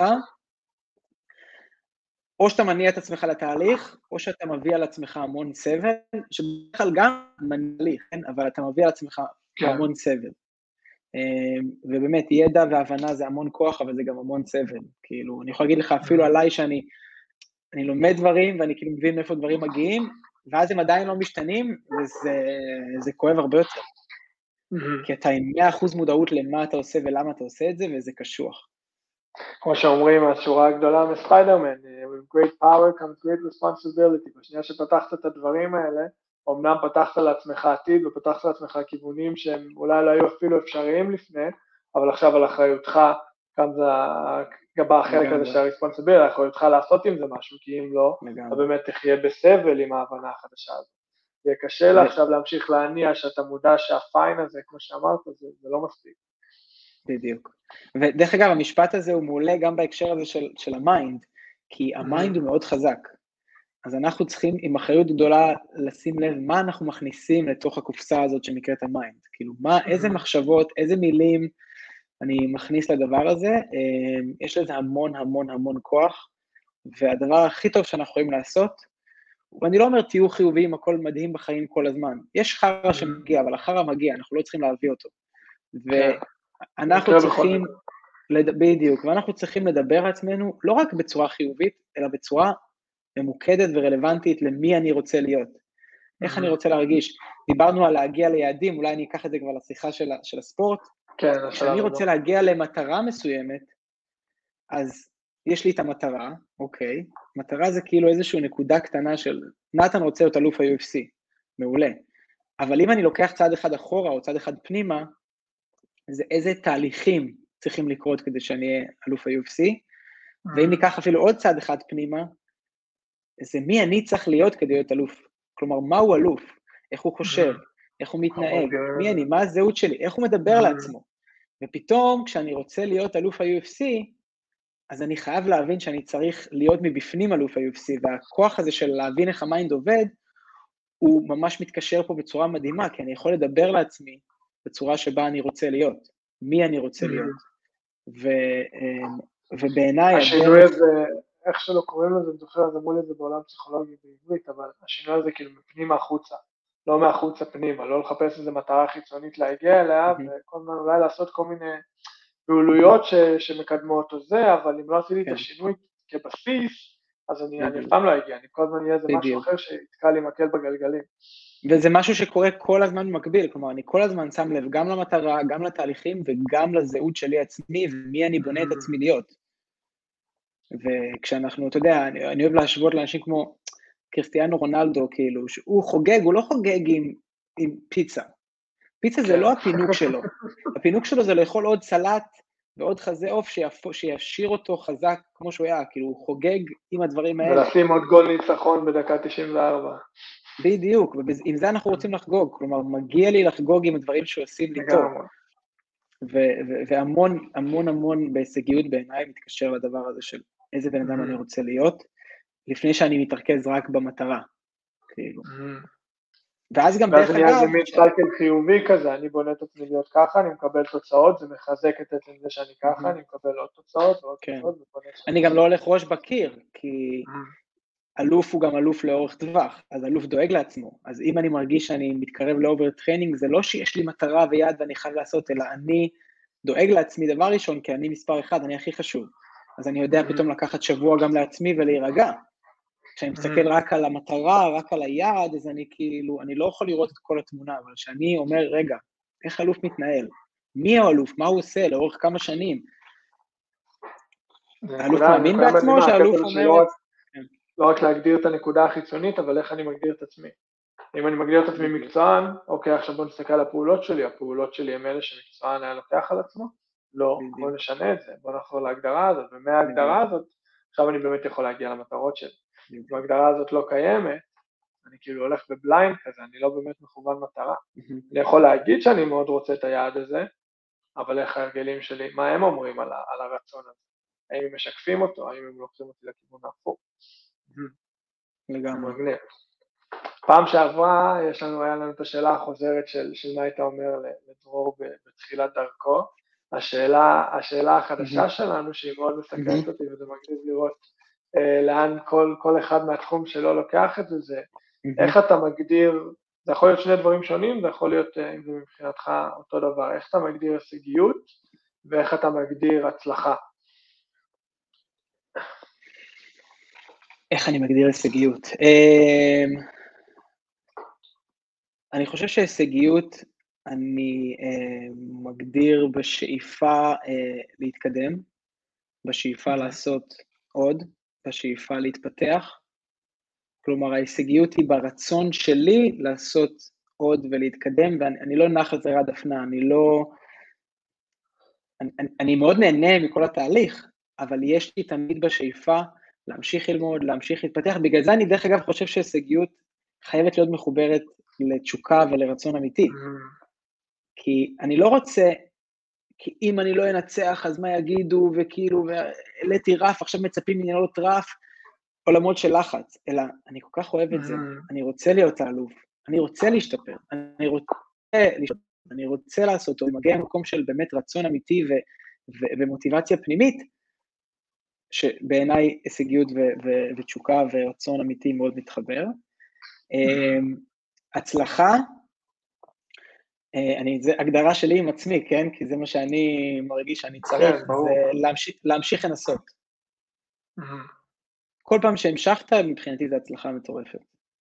או שאתה מניע את עצמך לתהליך, או שאתה מביא על עצמך המון סבל, שבדרך כלל גם מניע, כן? אבל אתה מביא על עצמך כן. המון סבל. ובאמת, ידע והבנה זה המון כוח, אבל זה גם המון סבל. כאילו, אני יכול להגיד לך אפילו עליי שאני אני לומד דברים, ואני כאילו מבין מאיפה דברים מגיעים, ואז הם עדיין לא משתנים, וזה זה כואב הרבה יותר. כי אתה עם מאה אחוז מודעות למה אתה עושה ולמה אתה עושה את זה, וזה קשוח. כמו שאומרים, השורה הגדולה מספיידרמן, with great power comes great responsibility, בשנייה שפתחת את הדברים האלה, אמנם פתחת לעצמך עתיד, ופתחת לעצמך כיוונים שהם אולי לא היו אפילו אפשריים לפני, אבל עכשיו על אחריותך, כאן זה גם בחלק הזה של הרספונסיביליטי, יכול להיות לך לעשות עם זה משהו, כי אם לא, אתה באמת תחיה בסבל עם ההבנה החדשה הזאת. זה קשה לה עכשיו להמשיך להניע שאתה מודע שהפיין הזה, כמו שאמרת, זה, זה לא מספיק. בדיוק. ודרך אגב, המשפט הזה הוא מעולה גם בהקשר הזה של, של המיינד, כי המיינד הוא מאוד חזק. אז אנחנו צריכים עם אחריות גדולה לשים לב מה אנחנו מכניסים לתוך הקופסה הזאת שנקראת המיינד. כאילו, מה, איזה מחשבות, איזה מילים אני מכניס לדבר הזה, יש לזה המון המון המון כוח, והדבר הכי טוב שאנחנו יכולים לעשות, ואני לא אומר תהיו חיוביים, הכל מדהים בחיים כל הזמן, יש חרא שמגיע, אבל החרא מגיע, אנחנו לא צריכים להביא אותו, ואנחנו צריכים, בדיוק, ואנחנו צריכים לדבר עצמנו, לא רק בצורה חיובית, אלא בצורה ממוקדת ורלוונטית למי אני רוצה להיות, איך אני רוצה להרגיש, דיברנו על להגיע ליעדים, אולי אני אקח את זה כבר לשיחה של, של הספורט, כן, כשאני רוצה להגיע למטרה מסוימת, אז יש לי את המטרה, אוקיי, מטרה זה כאילו איזושהי נקודה קטנה של, נתן רוצה להיות אלוף ה-יו אף סי, מעולה, אבל אם אני לוקח צעד אחד אחורה או צעד אחד פנימה, זה איזה תהליכים צריכים לקרות כדי שאני אהיה אלוף ה-יו אף סי, ואם ניקח אפילו עוד צעד אחד פנימה, זה מי אני צריך להיות כדי להיות אלוף, כלומר, מהו אלוף, איך הוא חושב, איך הוא מתנהג, מי אני, מה הזהות שלי, איך הוא מדבר לעצמו, ופתאום כשאני רוצה להיות אלוף ה-יו אף סי, אז אני חייב להבין שאני צריך להיות מבפנים אלוף ה-יו אף סי, והכוח הזה של להבין איך המיינד עובד, הוא ממש מתקשר פה בצורה מדהימה, כי אני יכול לדבר לעצמי בצורה שבה אני רוצה להיות, מי אני רוצה להיות, ו, ובעיניי... השינוי הזה, איך שלא קוראים לזה, אני זוכר, אז אמרו לזה בעולם פסיכולוגי בעברית, אבל השינוי הזה כאילו מפנים החוצה, לא מהחוצה פנימה, לא לחפש איזו מטרה חיצונית להגיע אליה, וכל הזמן אולי לעשות כל מיני פעולויות ש, שמקדמות או זה, אבל אם לא עשיתי את השינוי כבסיס, אז אני אף פעם לא אגיע, אני כל הזמן יהיה איזה משהו אחר שיתקע לי מקל בגלגלים. וזה משהו שקורה כל הזמן במקביל, כלומר, אני כל הזמן שם לב גם למטרה, גם לתהליכים, וגם לזהות שלי עצמי, ומי אני בונה את עצמי להיות. וכשאנחנו, אתה יודע, אני, אני אוהב להשוות לאנשים כמו קריסטיאנו רונלדו, כאילו, שהוא חוגג, הוא לא חוגג עם, עם פיצה. פיצה זה לא הפינוק שלו. הפינוק שלו זה לאכול עוד סלט ועוד חזה עוף שישאיר אותו חזק כמו שהוא היה, כאילו הוא חוגג עם הדברים האלה. ולשים עוד גול ניצחון בדקה תשעים וארבע. בדיוק, ועם זה אנחנו רוצים לחגוג, כלומר, מגיע לי לחגוג עם הדברים שעושים לי טוב. והמון, המון, המון בהישגיות בעיניי מתקשר לדבר הזה של איזה בן אדם אני רוצה להיות, לפני שאני מתרכז רק במטרה, כאילו. ואז גם דרך אגב... ואז זה מין סייקל חיובי כזה, אני בונה את עצמי להיות ככה, אני מקבל תוצאות, זה מחזק את עצמי זה שאני ככה, אני מקבל עוד תוצאות ועוד תוצאות. אני גם לא הולך ראש בקיר, כי אלוף הוא גם אלוף לאורך טווח, אז אלוף דואג לעצמו, אז אם אני מרגיש שאני מתקרב לאובר טריינינג, זה לא שיש לי מטרה ויד ואני חייב לעשות, אלא אני דואג לעצמי דבר ראשון, כי אני מספר אחד, אני הכי חשוב, אז אני יודע פתאום לקחת שבוע גם לעצמי ולהירגע, כשאני מסתכל רק על המטרה, רק על היעד, אז אני כאילו, אני לא יכול לראות את כל התמונה, אבל כשאני אומר, רגע, איך אלוף מתנהל? מי האלוף? מה הוא עושה לאורך כמה שנים? האלוף מאמין בעצמו, שהאלוף אומר... לא רק להגדיר את הנקודה החיצונית, אבל איך אני מגדיר את עצמי. אם אני מגדיר את עצמי מקצוען, אוקיי, עכשיו בוא נסתכל על הפעולות שלי, הפעולות שלי הם אלה שמקצוען היה לוקח על עצמו, לא, בוא נשנה את זה, בוא נחזור להגדרה הזאת, ומההגדרה הזאת, עכשיו אני באמת יכול להגיע למטרות שלי. אם ההגדרה הזאת לא קיימת, אני כאילו הולך בבליינד כזה, אני לא באמת מכוון מטרה. אני יכול להגיד שאני מאוד רוצה את היעד הזה, אבל איך ההרגלים שלי, מה הם אומרים על, על הרצון הזה? האם הם משקפים אותו, האם הם לוקחים אותי לכיוון ההפוך? לגמרי. פעם שעברה, יש לנו, היה לנו את השאלה החוזרת של, של מה היית אומר לדרור בתחילת דרכו. השאלה, השאלה החדשה שלנו, שהיא מאוד מסקרת אותי, וזה מגניב לראות אה, לאן כל, כל אחד מהתחום שלו לוקח את זה, זה איך אתה מגדיר, זה יכול להיות שני דברים שונים, זה יכול להיות, אם זה מבחינתך אותו דבר, איך אתה מגדיר הישגיות, ואיך אתה מגדיר הצלחה. איך אני מגדיר הישגיות? אני חושב שהישגיות אני מגדיר בשאיפה להתקדם, בשאיפה לעשות עוד, בשאיפה להתפתח. כלומר, ההישגיות היא ברצון שלי לעשות עוד ולהתקדם, ואני לא נח על זרי הדפנה, אני לא... אני, אני מאוד נהנה מכל התהליך, אבל יש לי תמיד בשאיפה להמשיך ללמוד, להמשיך להתפתח, בגלל זה אני דרך אגב חושב שהישגיות חייבת להיות מחוברת לתשוקה ולרצון אמיתי, כי אני לא רוצה, כי אם אני לא אנצח, אז מה יגידו, וכאילו, העליתי רף, עכשיו מצפים ממני לעלות רף, עולמות של לחץ, אלא אני כל כך אוהב את זה, אני רוצה להיות האלוף, אני רוצה להשתפר, אני רוצה להשתפר, אני רוצה לעשות אותו, מגיע למקום של באמת רצון אמיתי ו- ו- ומוטיבציה פנימית, שבעיניי הישגיות ו- ו- ותשוקה ורצון אמיתי מאוד מתחבר. הצלחה, אני, זה הגדרה שלי עם עצמי, כן? כי זה מה שאני מרגיש שאני צריך, זה להמשיך, להמשיך לנסות. כל פעם שהמשכת, מבחינתי זה הצלחה מטורפת.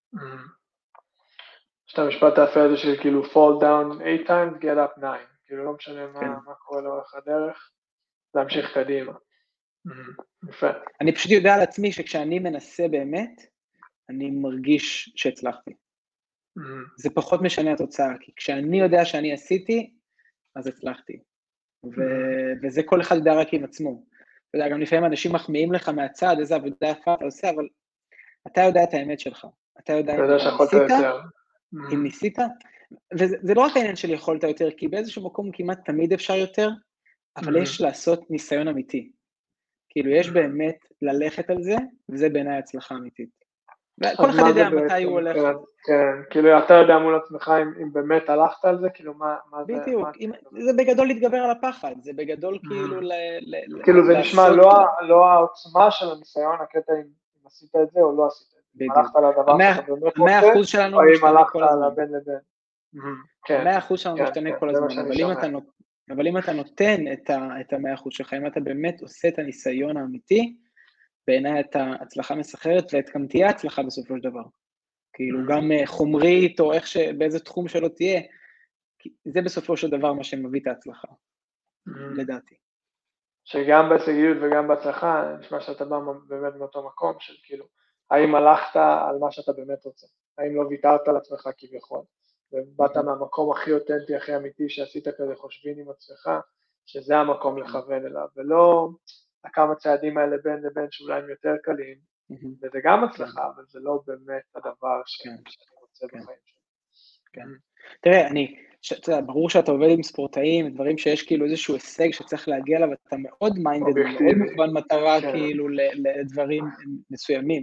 יש את המשפט היפה הזה של כאילו fall down eight times, get up nine, כאילו לא משנה מה קורה לאורך הדרך, להמשיך קדימה. יפה. אני פשוט יודע על עצמי שכשאני מנסה באמת, אני מרגיש שהצלחתי. זה פחות משנה התוצאה, כי כשאני יודע שאני עשיתי, אז הצלחתי. וזה כל אחד יודע רק עם עצמו. אתה יודע, גם לפעמים אנשים מחמיאים לך מהצד, איזה עבודה יפה אתה עושה, אבל אתה יודע את האמת שלך. אתה יודע אם ניסית, אם ניסית, וזה לא רק העניין של יכולת יותר, כי באיזשהו מקום כמעט תמיד אפשר יותר, אבל יש לעשות ניסיון אמיתי. כאילו, יש באמת ללכת על זה, וזה בעיניי הצלחה אמיתית. כל אחד יודע מתי הוא הולך. כן, כאילו אתה יודע מול עצמך אם באמת הלכת על זה, כאילו מה זה... בדיוק, זה בגדול להתגבר על הפחד, זה בגדול כאילו... כאילו זה נשמע לא העוצמה של הניסיון, הקטע אם עשית את זה או לא עשית את זה, אם הלכת על הדבר שאתה באמת רוצה, או אם הלכת על הבין לבין. מאה אחוז שלנו משתנה כל הזמן, אבל אם אתה נותן את המאה אחוז שלך, אם אתה באמת עושה את הניסיון האמיתי, בעיניי את ההצלחה מסחררת, ואת גם תהיה הצלחה בסופו של דבר. כאילו גם חומרית, או איך שבאיזה תחום שלא תהיה, זה בסופו של דבר מה שמביא את ההצלחה, לדעתי. שגם בהישגיות וגם בהצלחה, נשמע שאתה בא באמת מאותו מקום, של כאילו, האם הלכת על מה שאתה באמת רוצה? האם לא ויתרת על עצמך כביכול? ובאת מהמקום הכי אותנטי, הכי אמיתי שעשית כזה חושבים עם עצמך, שזה המקום לכוון אליו, ולא... הכמה צעדים האלה בין לבין שאולי הם יותר קלים, וזה גם הצלחה, אבל זה לא באמת הדבר שאני רוצה בחיים שלי. תראה, אני, ברור שאתה עובד עם ספורטאים, דברים שיש כאילו איזשהו הישג שצריך להגיע אליו, אתה מאוד מיינדד, מאוד מוכוון מטרה כאילו לדברים מסוימים,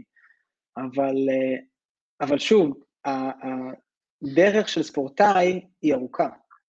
אבל שוב, הדרך של ספורטאי היא ארוכה.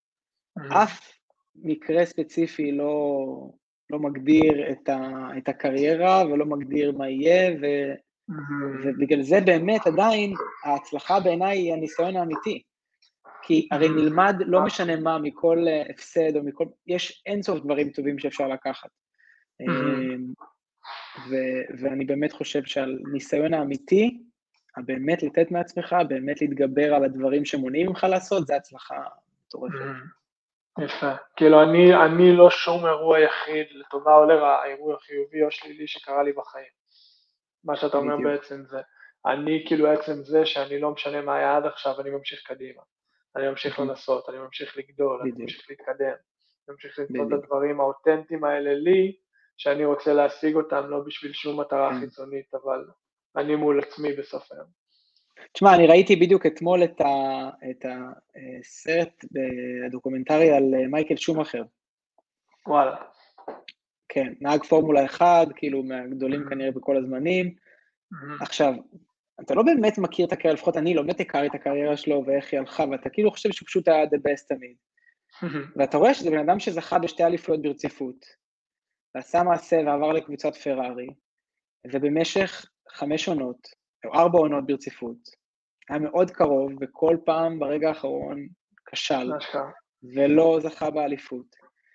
אף מקרה ספציפי לא... לא מגדיר את, ה, את הקריירה, ולא מגדיר מה יהיה, ו, mm-hmm. ובגלל זה באמת עדיין ההצלחה בעיניי היא הניסיון האמיתי. כי הרי נלמד לא משנה מה, מכל הפסד, או מכל, יש אינסוף דברים טובים שאפשר לקחת. Mm-hmm. ו, ואני באמת חושב שעל ניסיון האמיתי, באמת לתת מעצמך, באמת להתגבר על הדברים שמונעים ממך לעשות, זה הצלחה מטורפת. Mm-hmm. יפה, כאילו אני, אני לא שום אירוע יחיד לטובה או לרע, אירוע חיובי או שלילי שקרה לי בחיים. מה שאתה אומר בעצם זה, אני כאילו בעצם זה שאני לא משנה מה היה עד עכשיו, אני ממשיך קדימה. אני ממשיך לנסות, אני ממשיך לגדול, אני ממשיך להתקדם, אני ממשיך למצוא את הדברים האותנטיים האלה לי, שאני רוצה להשיג אותם, לא בשביל שום מטרה חיצונית, אבל אני מול עצמי בסוף היום. תשמע, אני ראיתי בדיוק אתמול את, ה, את הסרט הדוקומנטרי על מייקל שומאכר. וואלה. כן, נהג פורמולה אחד, כאילו מהגדולים כנראה בכל הזמנים. עכשיו, אתה לא באמת מכיר את הקריירה, לפחות אני לא באמת הכר את הקריירה שלו ואיך היא הלכה, ואתה כאילו חושב שהוא פשוט היה the best תמיד. ואתה רואה שזה בן אדם שזכה בשתי אליפויות ברציפות, ועשה מעשה ועבר לקבוצת פרארי, ובמשך חמש עונות, או ארבע עונות ברציפות, היה מאוד קרוב, וכל פעם ברגע האחרון כשל, ולא זכה באליפות,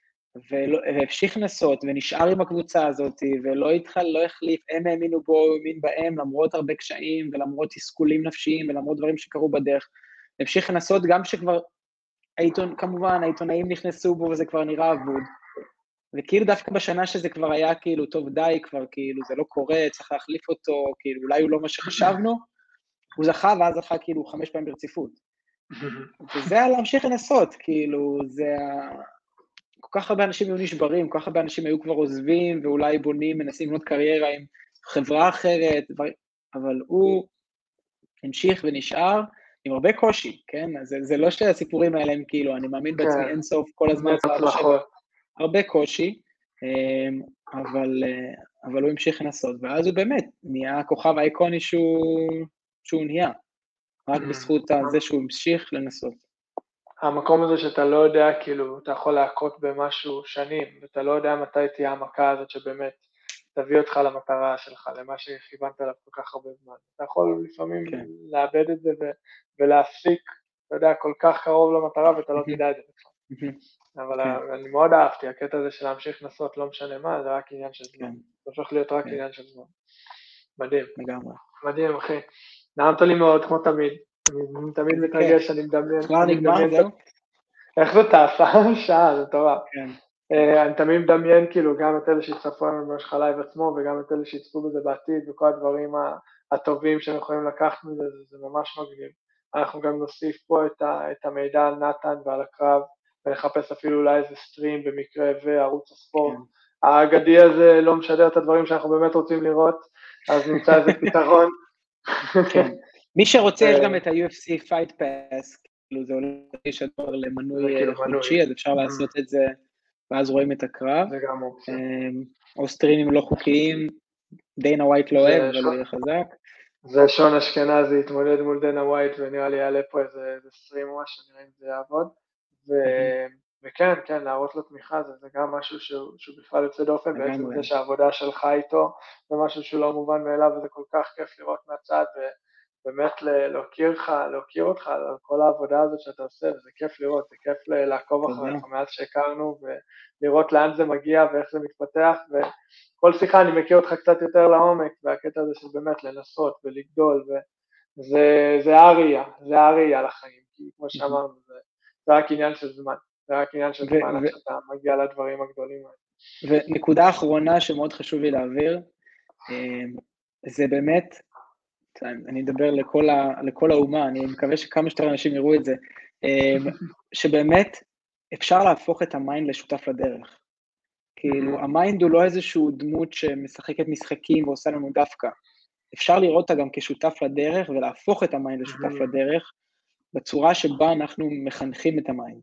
והמשיך לנסות, ונשאר עם הקבוצה הזאת, ולא התחל, לא החליף, הם האמינו בו, הוא האמין בהם, למרות הרבה קשיים, ולמרות תסכולים נפשיים, ולמרות דברים שקרו בדרך, המשיך לנסות, גם שכבר, העיתון, כמובן, העיתונאים נכנסו בו, וזה כבר נראה אבוד, וכאילו דווקא בשנה שזה כבר היה כאילו, טוב די, כבר כאילו זה לא קורה, צריך להחליף אותו, כאילו אולי הוא לא מה שחשבנו, הוא זכה ואז זכה כאילו חמש פעמים ברציפות. וזה היה להמשיך לנסות, כאילו זה, כל כך הרבה אנשים היו נשברים, כל כך הרבה אנשים היו כבר עוזבים, ואולי בונים, מנסים לבנות קריירה עם חברה אחרת, אבל הוא המשיך ונשאר עם הרבה קושי, כן? אז זה, זה לא שהסיפורים האלה הם כאילו, אני מאמין בעצמי אין סוף, כל הזמן הרבה קושי, אבל, אבל הוא המשיך לנסות, ואז הוא באמת נהיה הכוכב האיקוני שהוא, שהוא נהיה, רק בזכות זה שהוא המשיך לנסות. המקום הזה שאתה לא יודע, כאילו, אתה יכול להכות במשהו שנים, ואתה לא יודע מתי תהיה המכה הזאת שבאמת תביא אותך למטרה שלך, למה שכיוונת עליו כל כך הרבה זמן. אתה יכול לפעמים כן. לאבד את זה ו- ולהפסיק, אתה יודע, כל כך קרוב למטרה ואתה לא תדע את זה בכלל. אבל כן. אני מאוד אהבתי, הקטע הזה של להמשיך לנסות, לא משנה מה, זה רק עניין של זמן. כן. זה הופך להיות רק כן. עניין של זמן. מדהים. לגמרי. מדהים, אחי. נעמת לי מאוד, כמו תמיד. אני תמיד מתרגש, אני מדמיין. כבר נגמר, זהו? איך זה תעשה? שעה, זה טובה. אני תמיד מדמיין, כאילו, גם את אלה שהצטרפו לנו במשך הלייב עצמו, וגם את אלה שהצטרפו בזה בעתיד, וכל הדברים הטובים שהם יכולים לקחת מזה, זה ממש מגניב. אנחנו גם נוסיף פה את המידע על נתן ועל הקרב, ונחפש אפילו אולי איזה סטרים במקרה וערוץ הספורט. האגדי הזה לא משדר את הדברים שאנחנו באמת רוצים לראות, אז נמצא איזה פתרון. כן. מי שרוצה, יש גם את ה-יו אף סי Fight Pass, כאילו זה עולה שדור למנוי חודשי, אז אפשר לעשות את זה, ואז רואים את הקרב. זה גם אופציה. או סטרימים לא חוקיים, דיינה ווייט לא אוהב, אבל הוא יהיה חזק. זה שון אשכנזי, התמודד מול דיינה ווייט, ונראה לי יעלה פה איזה סטרים או משהו, נראה אם זה יעבוד. וכן, כן, להראות לו תמיכה, זה גם משהו שהוא בכלל יוצא דופן, בעצם זה שהעבודה שלך איתו, זה משהו שהוא לא מובן מאליו, וזה כל כך כיף לראות מהצד, ובאמת להוקיר לך, להוקיר אותך על כל העבודה הזאת שאתה עושה, וזה כיף לראות, זה כיף לעקוב אחריך מאז שהכרנו, ולראות לאן זה מגיע ואיך זה מתפתח, וכל שיחה אני מכיר אותך קצת יותר לעומק, והקטע הזה של באמת לנסות ולגדול, וזה הראייה, זה הראייה לחיים, כי כמו שאמרנו, זה רק עניין של זמן. זה רק עניין של זמן, עד שאתה מגיע לדברים הגדולים האלה. ונקודה אחרונה שמאוד חשוב לי להעביר, זה באמת, אני אדבר לכל, ה, לכל האומה, אני מקווה שכמה שיותר אנשים יראו את זה, שבאמת אפשר להפוך את המיינד לשותף לדרך. כאילו, המיינד הוא לא איזשהו דמות שמשחקת משחקים ועושה לנו דווקא. אפשר לראות אותה גם כשותף לדרך, ולהפוך את המיינד לשותף לדרך, בצורה שבה אנחנו מחנכים את המיינד.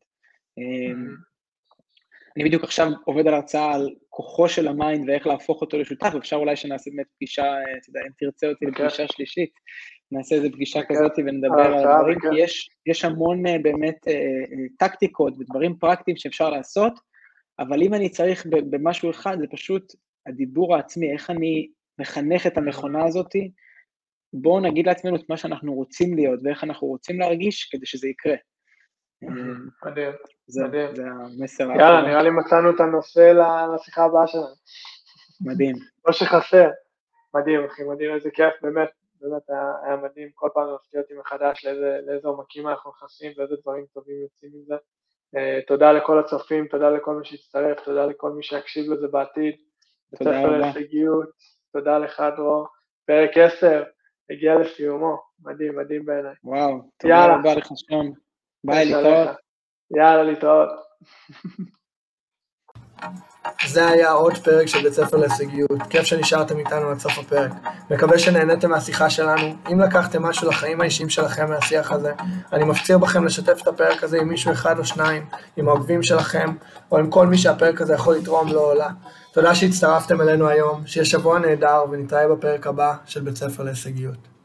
אני בדיוק עכשיו עובד על הרצאה על כוחו של המיינד ואיך להפוך אותו לשותף, ואפשר אולי שנעשה באמת פגישה, אתה יודע, אם תרצה אותי לפגישה שלישית, נעשה איזה פגישה כזאת ונדבר על הדברים, כי יש המון באמת טקטיקות ודברים פרקטיים שאפשר לעשות, אבל אם אני צריך במשהו אחד, זה פשוט הדיבור העצמי, איך אני מחנך את המכונה הזאת, בואו נגיד לעצמנו את מה שאנחנו רוצים להיות, ואיך אנחנו רוצים להרגיש כדי שזה יקרה. מדהים, מדהים. זה המסר. יאללה, נראה לי מצאנו את הנושא לשיחה הבאה שלנו. מדהים. לא שחסר. מדהים, אחי, מדהים, איזה כיף, באמת, באמת היה מדהים, כל פעם מפתיע אותי מחדש לאיזה עומקים אנחנו נכנסים, ואיזה דברים טובים יוצאים מזה. תודה לכל הצופים, תודה לכל מי שהצטרף, תודה לכל מי שיקשיב לזה בעתיד. תודה רבה. להישגיות, תודה לך דרור. פרק עשר, הגיע לסיומו, מדהים, מדהים בעיניי. וואו, תודה רבה לך שון. ביי, להתראות. יאללה, להתראות. זה היה עוד פרק של בית ספר להישגיות. כיף שנשארתם איתנו עד סוף הפרק. מקווה שנהניתם מהשיחה שלנו. אם לקחתם משהו לחיים האישיים שלכם מהשיח הזה, אני מפציר בכם לשתף את הפרק הזה עם מישהו אחד או שניים, עם העוקבים שלכם, או עם כל מי שהפרק הזה יכול לתרום לו או לה. תודה שהצטרפתם אלינו היום, שיהיה שבוע נהדר, ונתראה בפרק הבא של בית ספר להישגיות.